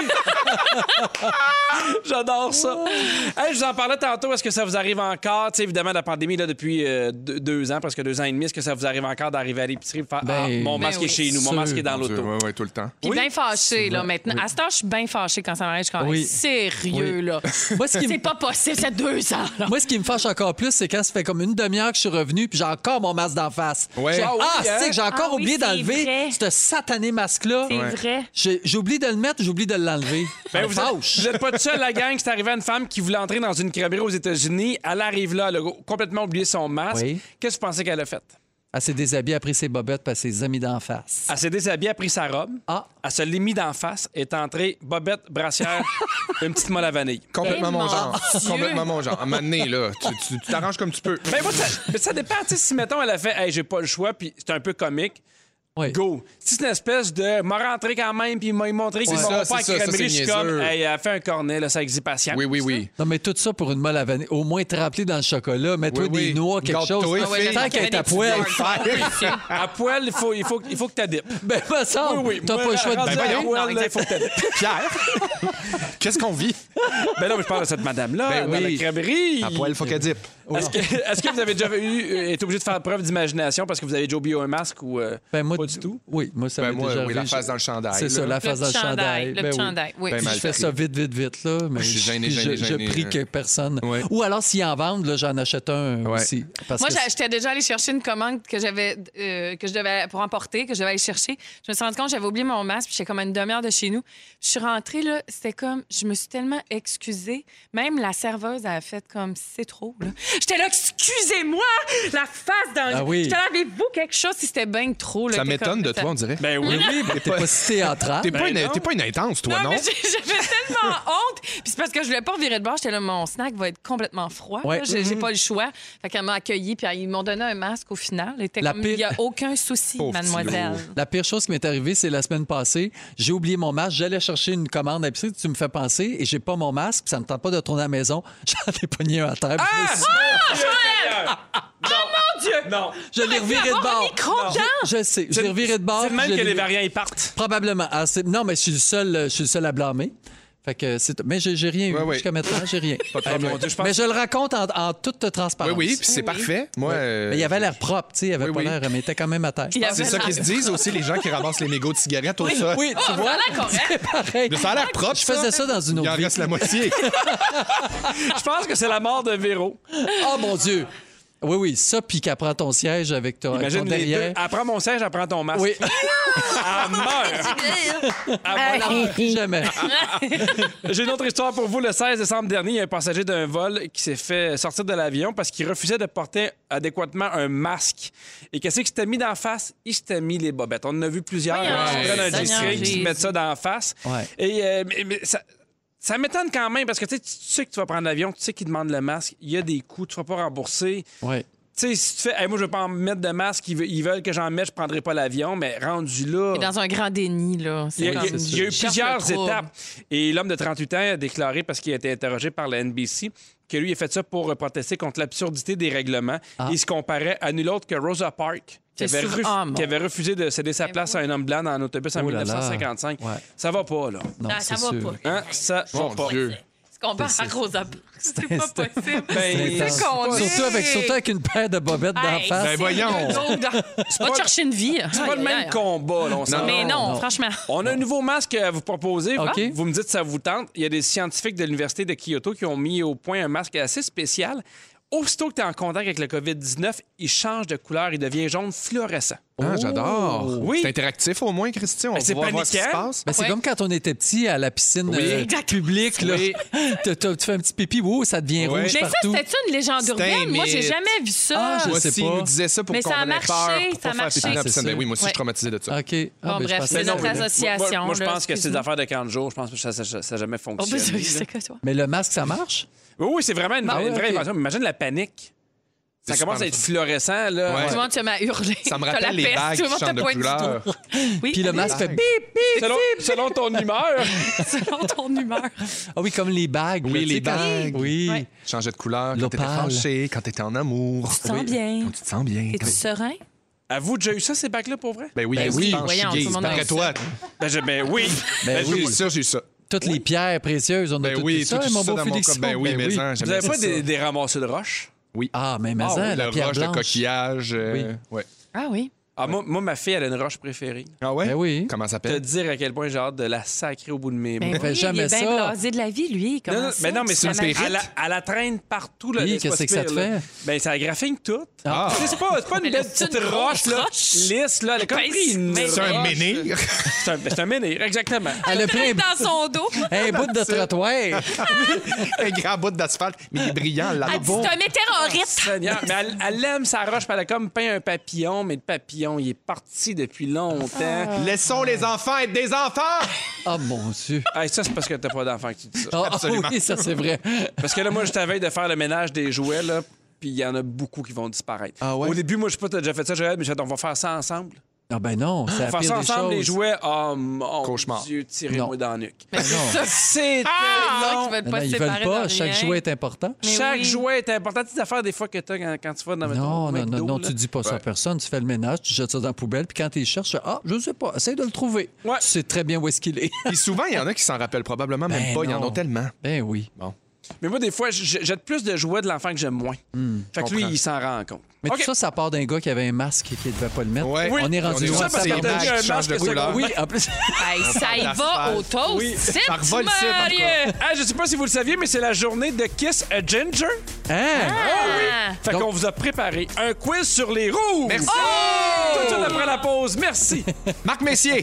J'adore ça. Hey, je vous en parlais tantôt. Est-ce que ça vous arrive encore? Tu sais, évidemment, la pandémie, là, depuis 2 ans, presque 2 ans et demi, est-ce que ça vous arrive encore d'arriver à l'épicerie et de faire mon masque oui. est chez nous, mon Sûr. masque est dans l'auto? Oui, oui, tout le temps. Puis bien fâchée, là, maintenant. À ce temps, je suis bien fâchée quand ça m'arrive. Je suis comme, Oui. hey, sérieux, là. Moi, ce qui me- C'est pas possible, c'est 2 ans, là. Moi, ce qui me fâche encore plus, c'est quand ça fait comme une demi-heure que je suis revenu puis j'ai encore mon masque d'en face. Ouais. J'ai- Ah oui, hein? c'est que j'ai encore Ah oui, oublié c'est d'enlever vrai. ce satané masque-là. C'est Ouais. vrai. J'oublie de le mettre, j'oublie de l'enlever. Ben, Ça me vous fâche. n'êtes pas tout seul, la gang. C'est arrivé à une femme qui voulait entrer dans une crèmerie aux États-Unis. Elle arrive là, elle a complètement oublié son masque. Oui. Qu'est-ce que vous pensez qu'elle a fait? Elle s'est déshabillée, a pris ses bobettes, puis elle s'est mis d'en face. Elle s'est déshabillée, a pris sa robe. Ah. Elle se l'est mis d'en face, est entrée, bobette, brassière, une petite molle à vanille. Complètement mon Eh, genre. mon Dieu. Complètement mon genre. À un moment donné, là, tu t'arranges comme tu peux. Ben moi, ça dépend. Tu sais, si, mettons, elle a fait « Hey, j'ai pas le choix », puis c'est un peu comique, Oui. go. Si c'est une espèce de « m'a rentré quand même, puis il m'a montré qu'ils C'est vont ça, pas à c'est la ça, crèmerie », c'est je suis comme niaiseux. « Hey, elle a fait un cornet, là, ça exige patience. » Oui, oui, oui. Non, mais tout ça pour une molle à vanille. Au moins, trempler dans le chocolat. Mets-toi Oui, oui. des noix, quelque Garde-toi, chose. Ah ouais, j'espère Tant qu'il y qu'elle avait est à des poêle. petits À poil, il faut que tu dippes. Ben, me semble. Oui, oui. T'as Moi, pas le choix de rendu dire. à voyons. poil, Non, là, il faut que tu dippes. Pierre, qu'est-ce qu'on vit? Ben là, je parle de cette madame-là, Ben dans oui. la crèmerie. À poil, faut qu'elle dippe. Est-ce que vous avez déjà été obligé de faire preuve d'imagination parce que vous avez déjà oublié un masque ou moi, pas du tout? Oui, moi, ça m'est déjà arrivé. la face dans le chandail. C'est ça, la face dans le chandail. Le petit chandail, oui. Je fais ça vite, là. Mais je suis gêné. Je prie que personne... Ouais. Ou alors, s'ils en vendent, là, j'en achète un aussi. Parce Moi, que j'étais déjà allée chercher une commande que je devais pour emporter, que je devais aller chercher. Je me suis rendu compte que j'avais oublié mon masque, puis j'étais comme à une demi-heure de chez nous. Je suis rentrée, là, c'était comme... Je me suis tellement excusée. Même la serveuse a fait comme... C'est trop, là. J'étais là, excusez-moi, la face dans le... Ah oui. J'étais là, avez-vous quelque chose si c'était bien trop, là? Ça T'es m'étonne comme- de toi, on dirait. Ben oui. t'es pas si théâtral. T'es pas une intense, toi, non? Mais j'avais tellement honte. Puis c'est parce que je voulais pas virer de bord. J'étais là, mon snack va être complètement froid. Ouais. là. J'ai pas le choix. Fait qu'elle m'a accueilli, puis ils m'ont donné un masque au final. Elle était La comme, pire- il n'y a aucun souci, Pauvre petit mademoiselle. La pire chose qui m'est arrivée, c'est la semaine passée. J'ai oublié mon masque. J'allais chercher une commande à l'épicerie. Tu me fais penser et j'ai pas mon masque. Puis ça me tente pas de retourner à la maison. J'en ai pogné un à terre. puis je me suis- Mon Dieu! Non. Je l'ai reviré de bord. micro-dents! Je sais. Je l'ai reviré de bord. C'est le puis même je que l'ai- les variants, ils partent. Probablement. Non, mais je suis le seul à blâmer. Fait que mais j'ai rien eu Ouais. jusqu'à maintenant, j'ai rien. Mon Dieu, je pense Mais je le raconte en toute transparence. Oui, puis c'est parfait. Moi, Mais il avait l'air propre, tu sais, il avait pas l'air, mais il était quand même à terre. Il y avait c'est ça qu'ils se disent aussi, les gens qui ramassent les mégots de cigarettes au sol. Oui, tu vois. Ça a l'air correct. C'est pareil. Ça a l'air propre, Je faisais ça dans une Il autre en vie. reste la moitié. Je pense que c'est la mort de Véro. Oh mon Dieu. Oui, ça, puis qu'elle prend ton siège avec ton Imagine les deux. derrière. Elle prend mon siège, elle prend ton masque. Oui, Elle meurt. jamais. J'ai une autre histoire pour vous. Le 16 décembre dernier, il y a un passager d'un vol qui s'est fait sortir de l'avion parce qu'il refusait de porter adéquatement un masque. Et qu'est-ce qu'il s'était mis d'en face? Il s'était mis les bobettes. On en a vu plusieurs. Voyons, Ils prennent un Seigneur G-string, ils se Jésus. mettent ça d'en face. Ouais. Et mais ça m'étonne quand même parce que tu sais que tu vas prendre l'avion, tu sais qu'ils demandent le masque, il y a des coûts, tu ne vas pas rembourser. Oui. Tu sais, si tu fais, hey, moi, je veux pas en mettre de masque, ils veulent que j'en mette, je prendrai pas l'avion, mais rendu là. Et dans un grand déni, là. Il y a, comme- il y a eu cherche plusieurs le trouble. étapes. Et l'homme de 38 ans a déclaré, parce qu'il a été interrogé par la NBC, que lui, il a fait ça pour protester contre l'absurdité des règlements. Il se comparait à nul autre que Rosa Parks, qui C'est avait, souvent- Ah, mon. qui avait refusé de céder sa place à un homme blanc dans un autobus en Oh là là. 1955. Ouais. Ça va pas, là. Non, Ah, ça c'est va sûr. pas. Hein? Ça va Mon pas. Dieu. Tu compares à Rosa Parks. C'est pas possible. Ben, C'est qu'on est. Surtout avec une paire de bobettes d'en Hey, face. Ben voyons. Va te chercher une vie. C'est pas le même combat, là, on s'entend. Mais non, Non. franchement. On a un nouveau masque à vous proposer. OK. Vous me dites si ça vous tente. Il y a des scientifiques de l'Université de Kyoto qui ont mis au point un masque assez spécial. Aussitôt que tu es en contact avec le COVID-19, il change de couleur, il devient jaune fluorescent. Ah, j'adore. Oui. C'est interactif au moins, Christian. On Ben, c'est va voir ce qui se paniquant. passe. Ben, c'est Ouais. comme quand on était petit à la piscine exact. publique. Là. Oui. Tu fais un petit pipi, ça devient Ouais. rouge Mais ça, partout. c'était une légende C'est un urbaine? Moi, j'ai mythe. jamais vu ça. Ah, je Moi sais aussi, pas. il nous disait ça pour Mais qu'on ça a ait marché, peur, pour ça a pas faire marché. pipi dans la Ah, piscine. c'est Ben oui, moi aussi, je Ouais. suis traumatisé de ça. OK. Bon, ben, bref, je c'est pensais- notre mais- association. Moi, je là, pense que c'est des excuse-nous. affaires de 40 jours. Je pense que ça n'a jamais Oh, ben, fonctionné. c'est que toi. Mais le masque, ça marche? Oui, c'est vraiment une, Ah oui, une vraie OK. invention. Mais imagine la panique. Ça C'est commence super à être fluorescent, là. Ouais. Tout le monde se met à hurler. Ça me T'as rappelle la les peste, bagues tout le qui monde te changent de pointe du couleur. doigt. Oui, Puis le masque fait bagues. bip, bip. Selon ton humeur. selon ton humeur. Ah oui, comme les bagues. Oui, là, tu sais, les quand- bagues. Oui. Ouais. Changeait de couleur quand t'étais L'opale. fâché, quand t'étais en amour. Tu te sens bien. Quand tu te sens bien. Es-tu serein? Avez-vous déjà eu ça, ces bacs-là, pour vrai? Ben oui, Ben qu'est-ce oui. que tu penses, Voyons, Chiguez? tout le monde a D'après eu toi. Ben oui. Ben Oui, oui. ça, j'ai eu ça. Toutes les pierres précieuses, on a Ben tout oui, eu ça, tout mon ça beau dans mon Félix. cas. Ben oui, mais ça, Vous j'aimais n'avez pas ça. des ramasseurs de roches? Ah, mais Ah, ça, la Le pierre roche de blanche. coquillage. Ouais. Ah oui. Ah, moi, ma fille, elle a une roche préférée. Ah ouais? Ben oui. Comment ça Te s'appelle? dire à quel point j'ai hâte de la sacrer au bout de mes Ben mains. fait oui, jamais il est bien ça. blasé de la vie, lui. Comment Non, ça? mais non, mais Ça c'est marche. elle la traîne partout. Là, Oui, c'est pas qu'est-ce que ça pire, te là. fait? Ben, ça graphine tout. Ah. Tu sais, c'est pas une Mais belle là, c'est petite une roche, là, grosse roche. lisse. Là. Elle a comme Pince, pris une mais C'est un roche. menhir. C'est un menhir, exactement. Elle a pris Dans son dos. un bout de trottoir. Un grand bout d'asphalte, mais il est brillant là. Elle dit, c'est un météorite. Seigneur. Mais elle aime sa roche, puis elle a comme peint un papillon, mais le papillon, il est parti depuis longtemps. Laissons les enfants être des enfants! Oh mon Dieu. Hey, ça, c'est parce que t'as pas d'enfant que tu dis ça. Ah, Absolument. oui, ça, c'est vrai. Parce que là, moi, je t'avais de faire le ménage des jouets, là, puis il y en a beaucoup qui vont disparaître. Ah ouais? Au début, moi, je sais pas, t'as déjà fait ça, Joël, mais j'ai dit, on va faire ça ensemble. Ah ben non, c'est la Faire pire ça des ensemble, les choses. jouets, oh mon Cauchemar. Dieu, tirez-moi Non. dans la nuque. Mais c'est ça. C'est Non, long. tu veux Non, pas non, se ils séparer veulent pas. de Chaque rien. jouet est important. Mais Chaque oui. jouet est important. Des affaires, des fois, que t'as quand tu vas dans Non, mettons, non, McDo, tu là. dis pas ça à personne. Tu fais le ménage, tu jettes ça dans la poubelle, puis quand tu cherches, je sais pas, essaye de le trouver. Ouais. Tu sais très bien où est-ce qu'il est. Puis souvent, il y en a qui s'en rappellent probablement même Ben pas. Il y en non. a tellement. Ben oui. Bon. Mais moi, des fois, je jette plus de jouets de l'enfant que j'aime moins. Fait que lui, il s'en rend compte. Mais tout ça part d'un gars qui avait un masque et qui ne devait pas le mettre. Ouais. Oui. On est rendu loin. loin. Ça, parce que t'as mis un masque de couleur. Oui, en plus. Hey, ça y va au toast. Oui. Ça revole ici, en tout Mario. Ah, je sais pas si vous le saviez, mais c'est la journée de Kiss a Ginger. Hein? Ah. Fait qu'on vous a préparé un quiz sur les rouges. Merci. Tout de suite après la pause. Merci. Marc Messier.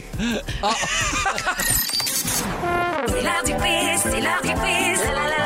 C'est l'heure du quiz, c'est l'heure du quiz.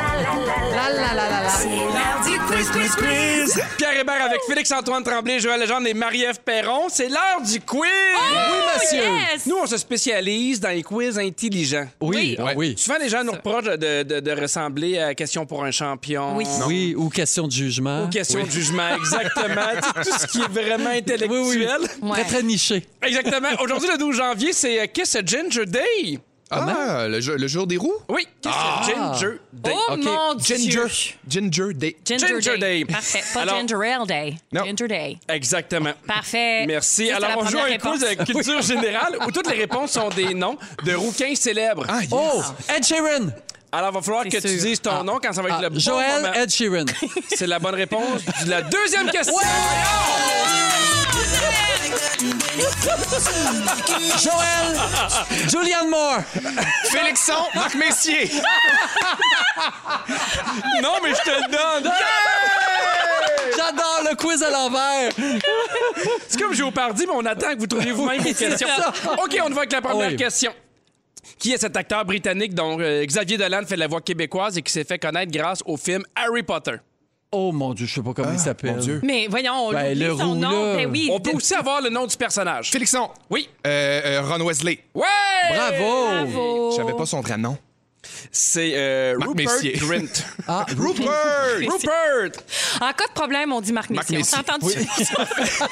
C'est l'heure du quiz. Pierre Hébert avec Félix-Antoine Tremblay, Joël Legendre et Marie-Ève Perron. C'est l'heure du quiz. Oui, monsieur. Yes. Nous, on se spécialise dans les quiz intelligents. Oui, Ouais. oui. Souvent, les gens nous reprochent de ressembler à Question pour un champion. Oui. Oui, ou question de jugement. Ou Question de jugement, exactement. Tu sais, tout ce qui est vraiment intellectuel. Ouais. Très, très niché. Exactement. Aujourd'hui, le 12 janvier, c'est Kiss a Ginger Day. Ah, le jour des roues? Oui, Kiss a Ginger Day. Oh mon Dieu. Ginger Day. Ginger Day. Parfait. Pas Alors- Ginger Ale Day. Non. Ginger Day. Exactement. Parfait. Merci. Ça, c'est Alors, la on joue première un quiz de réponse. culture générale où toutes les réponses sont des noms de rouquins célèbres. Ah, yes. Oh, Ed Sheeran. Alors, il va falloir que C'est tu sûr. dises ton nom quand ça va être le bon Joël moment. Ed Sheeran. C'est la bonne réponse de la deuxième question. Joël Julianne Moore. Félixon, Marc Messier. Non, mais je te le donne. J'adore le quiz à l'envers. C'est comme Jeopardy, mais on attend que vous trouviez vous-même les questions. OK, on y va avec la première Oui. question. Qui est cet acteur britannique dont Xavier Dolan fait la voix québécoise et qui s'est fait connaître grâce au film Harry Potter? Oh mon Dieu, je sais pas comment il s'appelle. mon Dieu. Mais voyons, on Ben, oublie le son roux, nom. là. Ben oui. On peut aussi avoir le nom du personnage. Félixon. Oui. Ron Wesley. Ouais! Bravo. Bravo. Je savais pas son vrai nom. C'est Marc Rupert Messier. Grint. Ah, Rupert. Rupert! En cas de problème, on dit Marc Marc Messier. On Messier. s'entend dessus.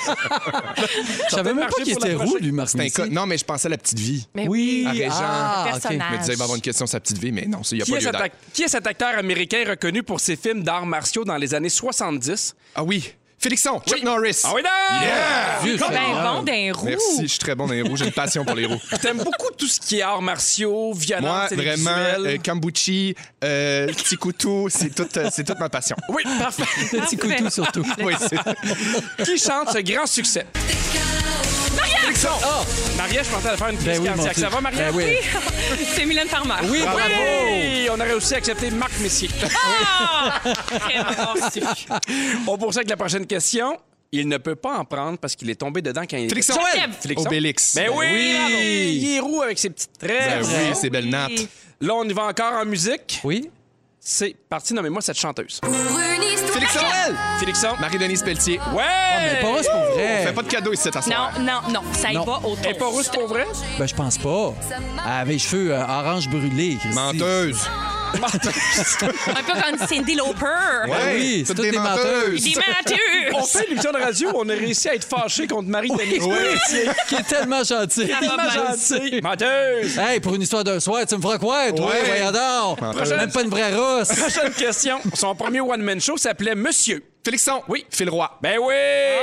je savais même pas marcher qu'il pour la était roux, prochaine. lui, Marc C'est un Messier. cas. Non, mais je pensais à la petite vie. Mais Oui, À Régent. ah, ok. Personnage. Je me disais, il va avoir une question sur sa petite vie, mais non, il n'y a Qui pas est, lieu cet d'être. qui est cet acteur américain reconnu pour ses films d'arts martiaux dans les années 70? Ah oui. Félixon, Chuck Norris. Ah oui, non! Yeah! Dieu Ben Seigneur. bon d'un roux. Merci, je suis très bon dans les roues. J'ai une passion pour les roues. T'aimes beaucoup tout ce qui est arts martiaux, violence, Moi, vraiment, télévisuel. Kombuchi, petit couteau, c'est toute ma passion. Oui, parfait. Le petit couteau surtout. Oui, c'est... Qui chante ce grand succès? Félixon! Maria, je pensais à faire une crise Ben oui, mon cardiaque. Dieu. Ça va, Maria? Ben oui. C'est Mylène Farmer. Oui, bravo. Oui! On aurait aussi accepté Marc Messier. Ah! Vraiment reçu. On poursuit avec la prochaine question. Il ne peut pas en prendre parce qu'il est tombé dedans quand il était... Félixon! Joël! Félixon. Obélix. Ben oui! oui. Il est roux avec ses petites traits. Ben oui, c'est belle natte. Là, on y va encore en musique. Oui. C'est parti, nommez-moi cette chanteuse. Félixon! Félixon. Marie-Denise Pelletier. Ouais! Mais pas c'est pour On vrai. fait pas de cadeau ici, à soir. Non, ça y Non. va au Elle est pas toast. rousse pour vrai? Ben, je pense pas. Elle avait les cheveux orange brûlés. Christy. Menteuse. Un peu comme Cindy Lauper. Ouais, oui, c'est toutes toutes des menteuses. Des menteuses. On fait une émission de radio où on a réussi à être fâché contre Marie-Denise Pelletier. Qui est tellement gentil. Ça va Tellement bien. gentil. Menteuse. Hey, pour une histoire d'un soir, tu me feras quoi, toi? Ouais. Voyons donc. Menteuse. Même pas une vraie rousse. Prochaine question. Son premier one-man show s'appelait Monsieur. Félixon. Oui. Phil Roy. Ben oui!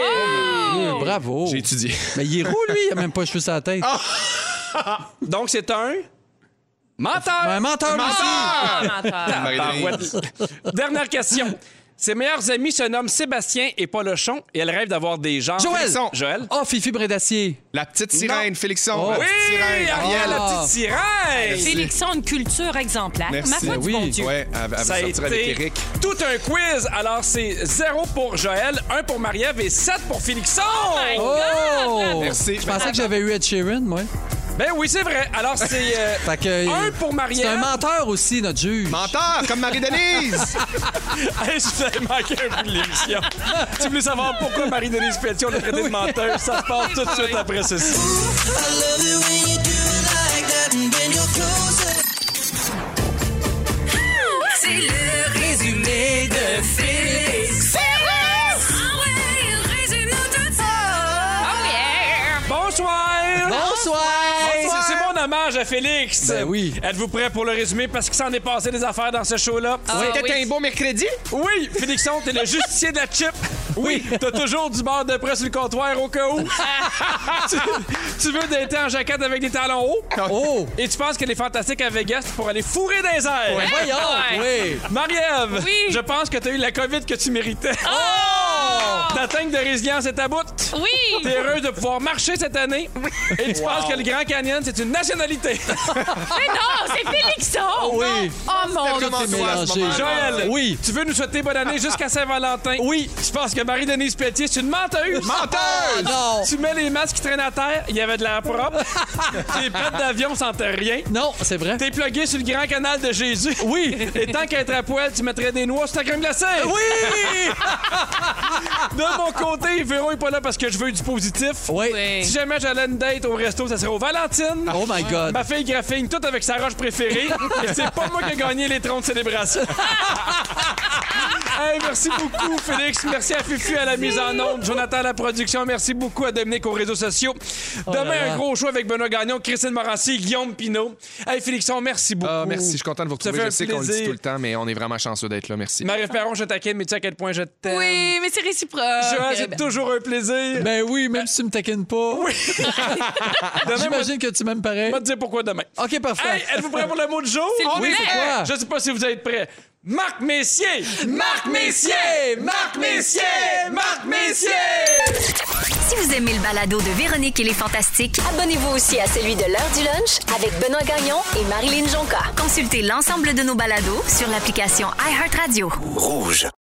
Bravo. J'ai étudié. Mais il est roux, lui. Il a même pas de cheveux sur la tête. Donc, c'est un... menteur! Un menteur, lui aussi. Ah, menteur. Marie-Denise. Dernière question. Ses meilleurs amis se nomment Sébastien et Polochon et elle rêve d'avoir des gens. Joël. Félixon. Joël. Oh, Fifi Brédacier. La petite sirène, Félixon. Oh. La Oui! petite sirène. Ariel, Ariel. la petite sirène! Félixon, une culture exemplaire. Merci. Ma foi du Oui. bon Dieu. Ouais, elle va Ça a sortir avec été Eric. tout un quiz. Alors, c'est 0 pour Joël, 1 pour Marie-Ève et 7 pour Félixon. Oh! Merci. Je pensais que j'avais eu Ed Sheeran, moi. Ben oui, c'est vrai. Alors, c'est Fait que, 1 pour c'est un Marie-Ève. menteur aussi, notre juge. Menteur, comme Marie-Denise. Hey, je vous avais manqué un bout de l'émission. Tu voulais savoir pourquoi Marie-Denise Pelletier, on l'a traité de menteur? Ça se passe tout de suite après ceci. C'est le résumé de Félix. Résumons tout ça. Oh yeah! Bonsoir! Bonsoir! C'est mon hommage à Félix. Ben oui. Êtes-vous prêts pour le résumé? Parce qu'il s'en est passé des affaires dans ce show-là. Ah, C'était oui. un beau mercredi. Oui, Félixon, t'es le justicier de la chip. Oui. T'as toujours du beurre de près sur le comptoir au cas où. tu veux dater en jaquette avec des talons hauts. Oh! Et tu penses que les fantastiques à Vegas pour aller fourrer dans les airs. Voyons! Oui! Marie-Ève, Oui. je pense que t'as eu la COVID que tu méritais. Ta tank de résilience est à bout. Oui! T'es heureuse de pouvoir marcher cette année. Et tu penses que le Grand Canyon, c'est une nationalité. Mais non, c'est Félixon! Oui! Oh mon Dieu! Vraiment C'est toi, à ce mélangé. moment-là. Joël, Oui. tu veux nous souhaiter bonne année jusqu'à Saint-Valentin? Oui. Tu penses que Marie-Denise Pelletier, c'est une menteuse? Menteuse! Non! Tu mets les masques qui traînent à terre, il y avait de l'air propre. Tes plates d'avion sentaient rien. Non, c'est vrai. T'es plugué sur le grand canal de Jésus. Oui! Et tant qu'à être à poil, tu mettrais des noix sur ta crème glacée. Oui! De mon côté, Véro est pas là parce que je veux du positif. Oui. Oui. Si jamais j'allais à une date au resto, ça serait au Valentine. Oh my God. Ma fille graphigne, tout avec sa roche préférée. Et c'est pas moi qui ai gagné les troncs de célébration. Hey, merci beaucoup, Félix. Merci à Fufu à la mise en onde. Jonathan à la production. Merci beaucoup à Dominique aux réseaux sociaux. Demain, là là. un gros show avec Benoît Gagnon, Christine Morancy, Guillaume Pinot. Hey, Félixon, merci beaucoup. Ah, merci, je suis content de vous Ça retrouver. fait Je un sais qu'on le dit plaisir. tout le temps, mais on est vraiment chanceux d'être là. Merci. Marie Perron, je taquine, mais tu sais à quel point je t'aime. Oui, mais c'est réciproque. Joël, c'est toujours un plaisir. Ben oui, même si tu me taquines pas. Oui. Demain, J'imagine que tu m'aimes pareil. on va te dire pourquoi demain. OK, parfait. Hey, êtes-vous prêts pour le mot du jour? S'il vous Oui, plaît. c'est quoi? Je sais pas si vous êtes prêts. Marc Messier! Marc Messier! Marc Messier! Marc Messier! Si vous aimez le balado de Véronique et les Fantastiques, Abonnez-vous aussi à celui de l'heure du lunch avec Benoît Gagnon et Marilyn Jonca. consultez l'ensemble de nos balados sur l'application iHeartRadio. Rouge.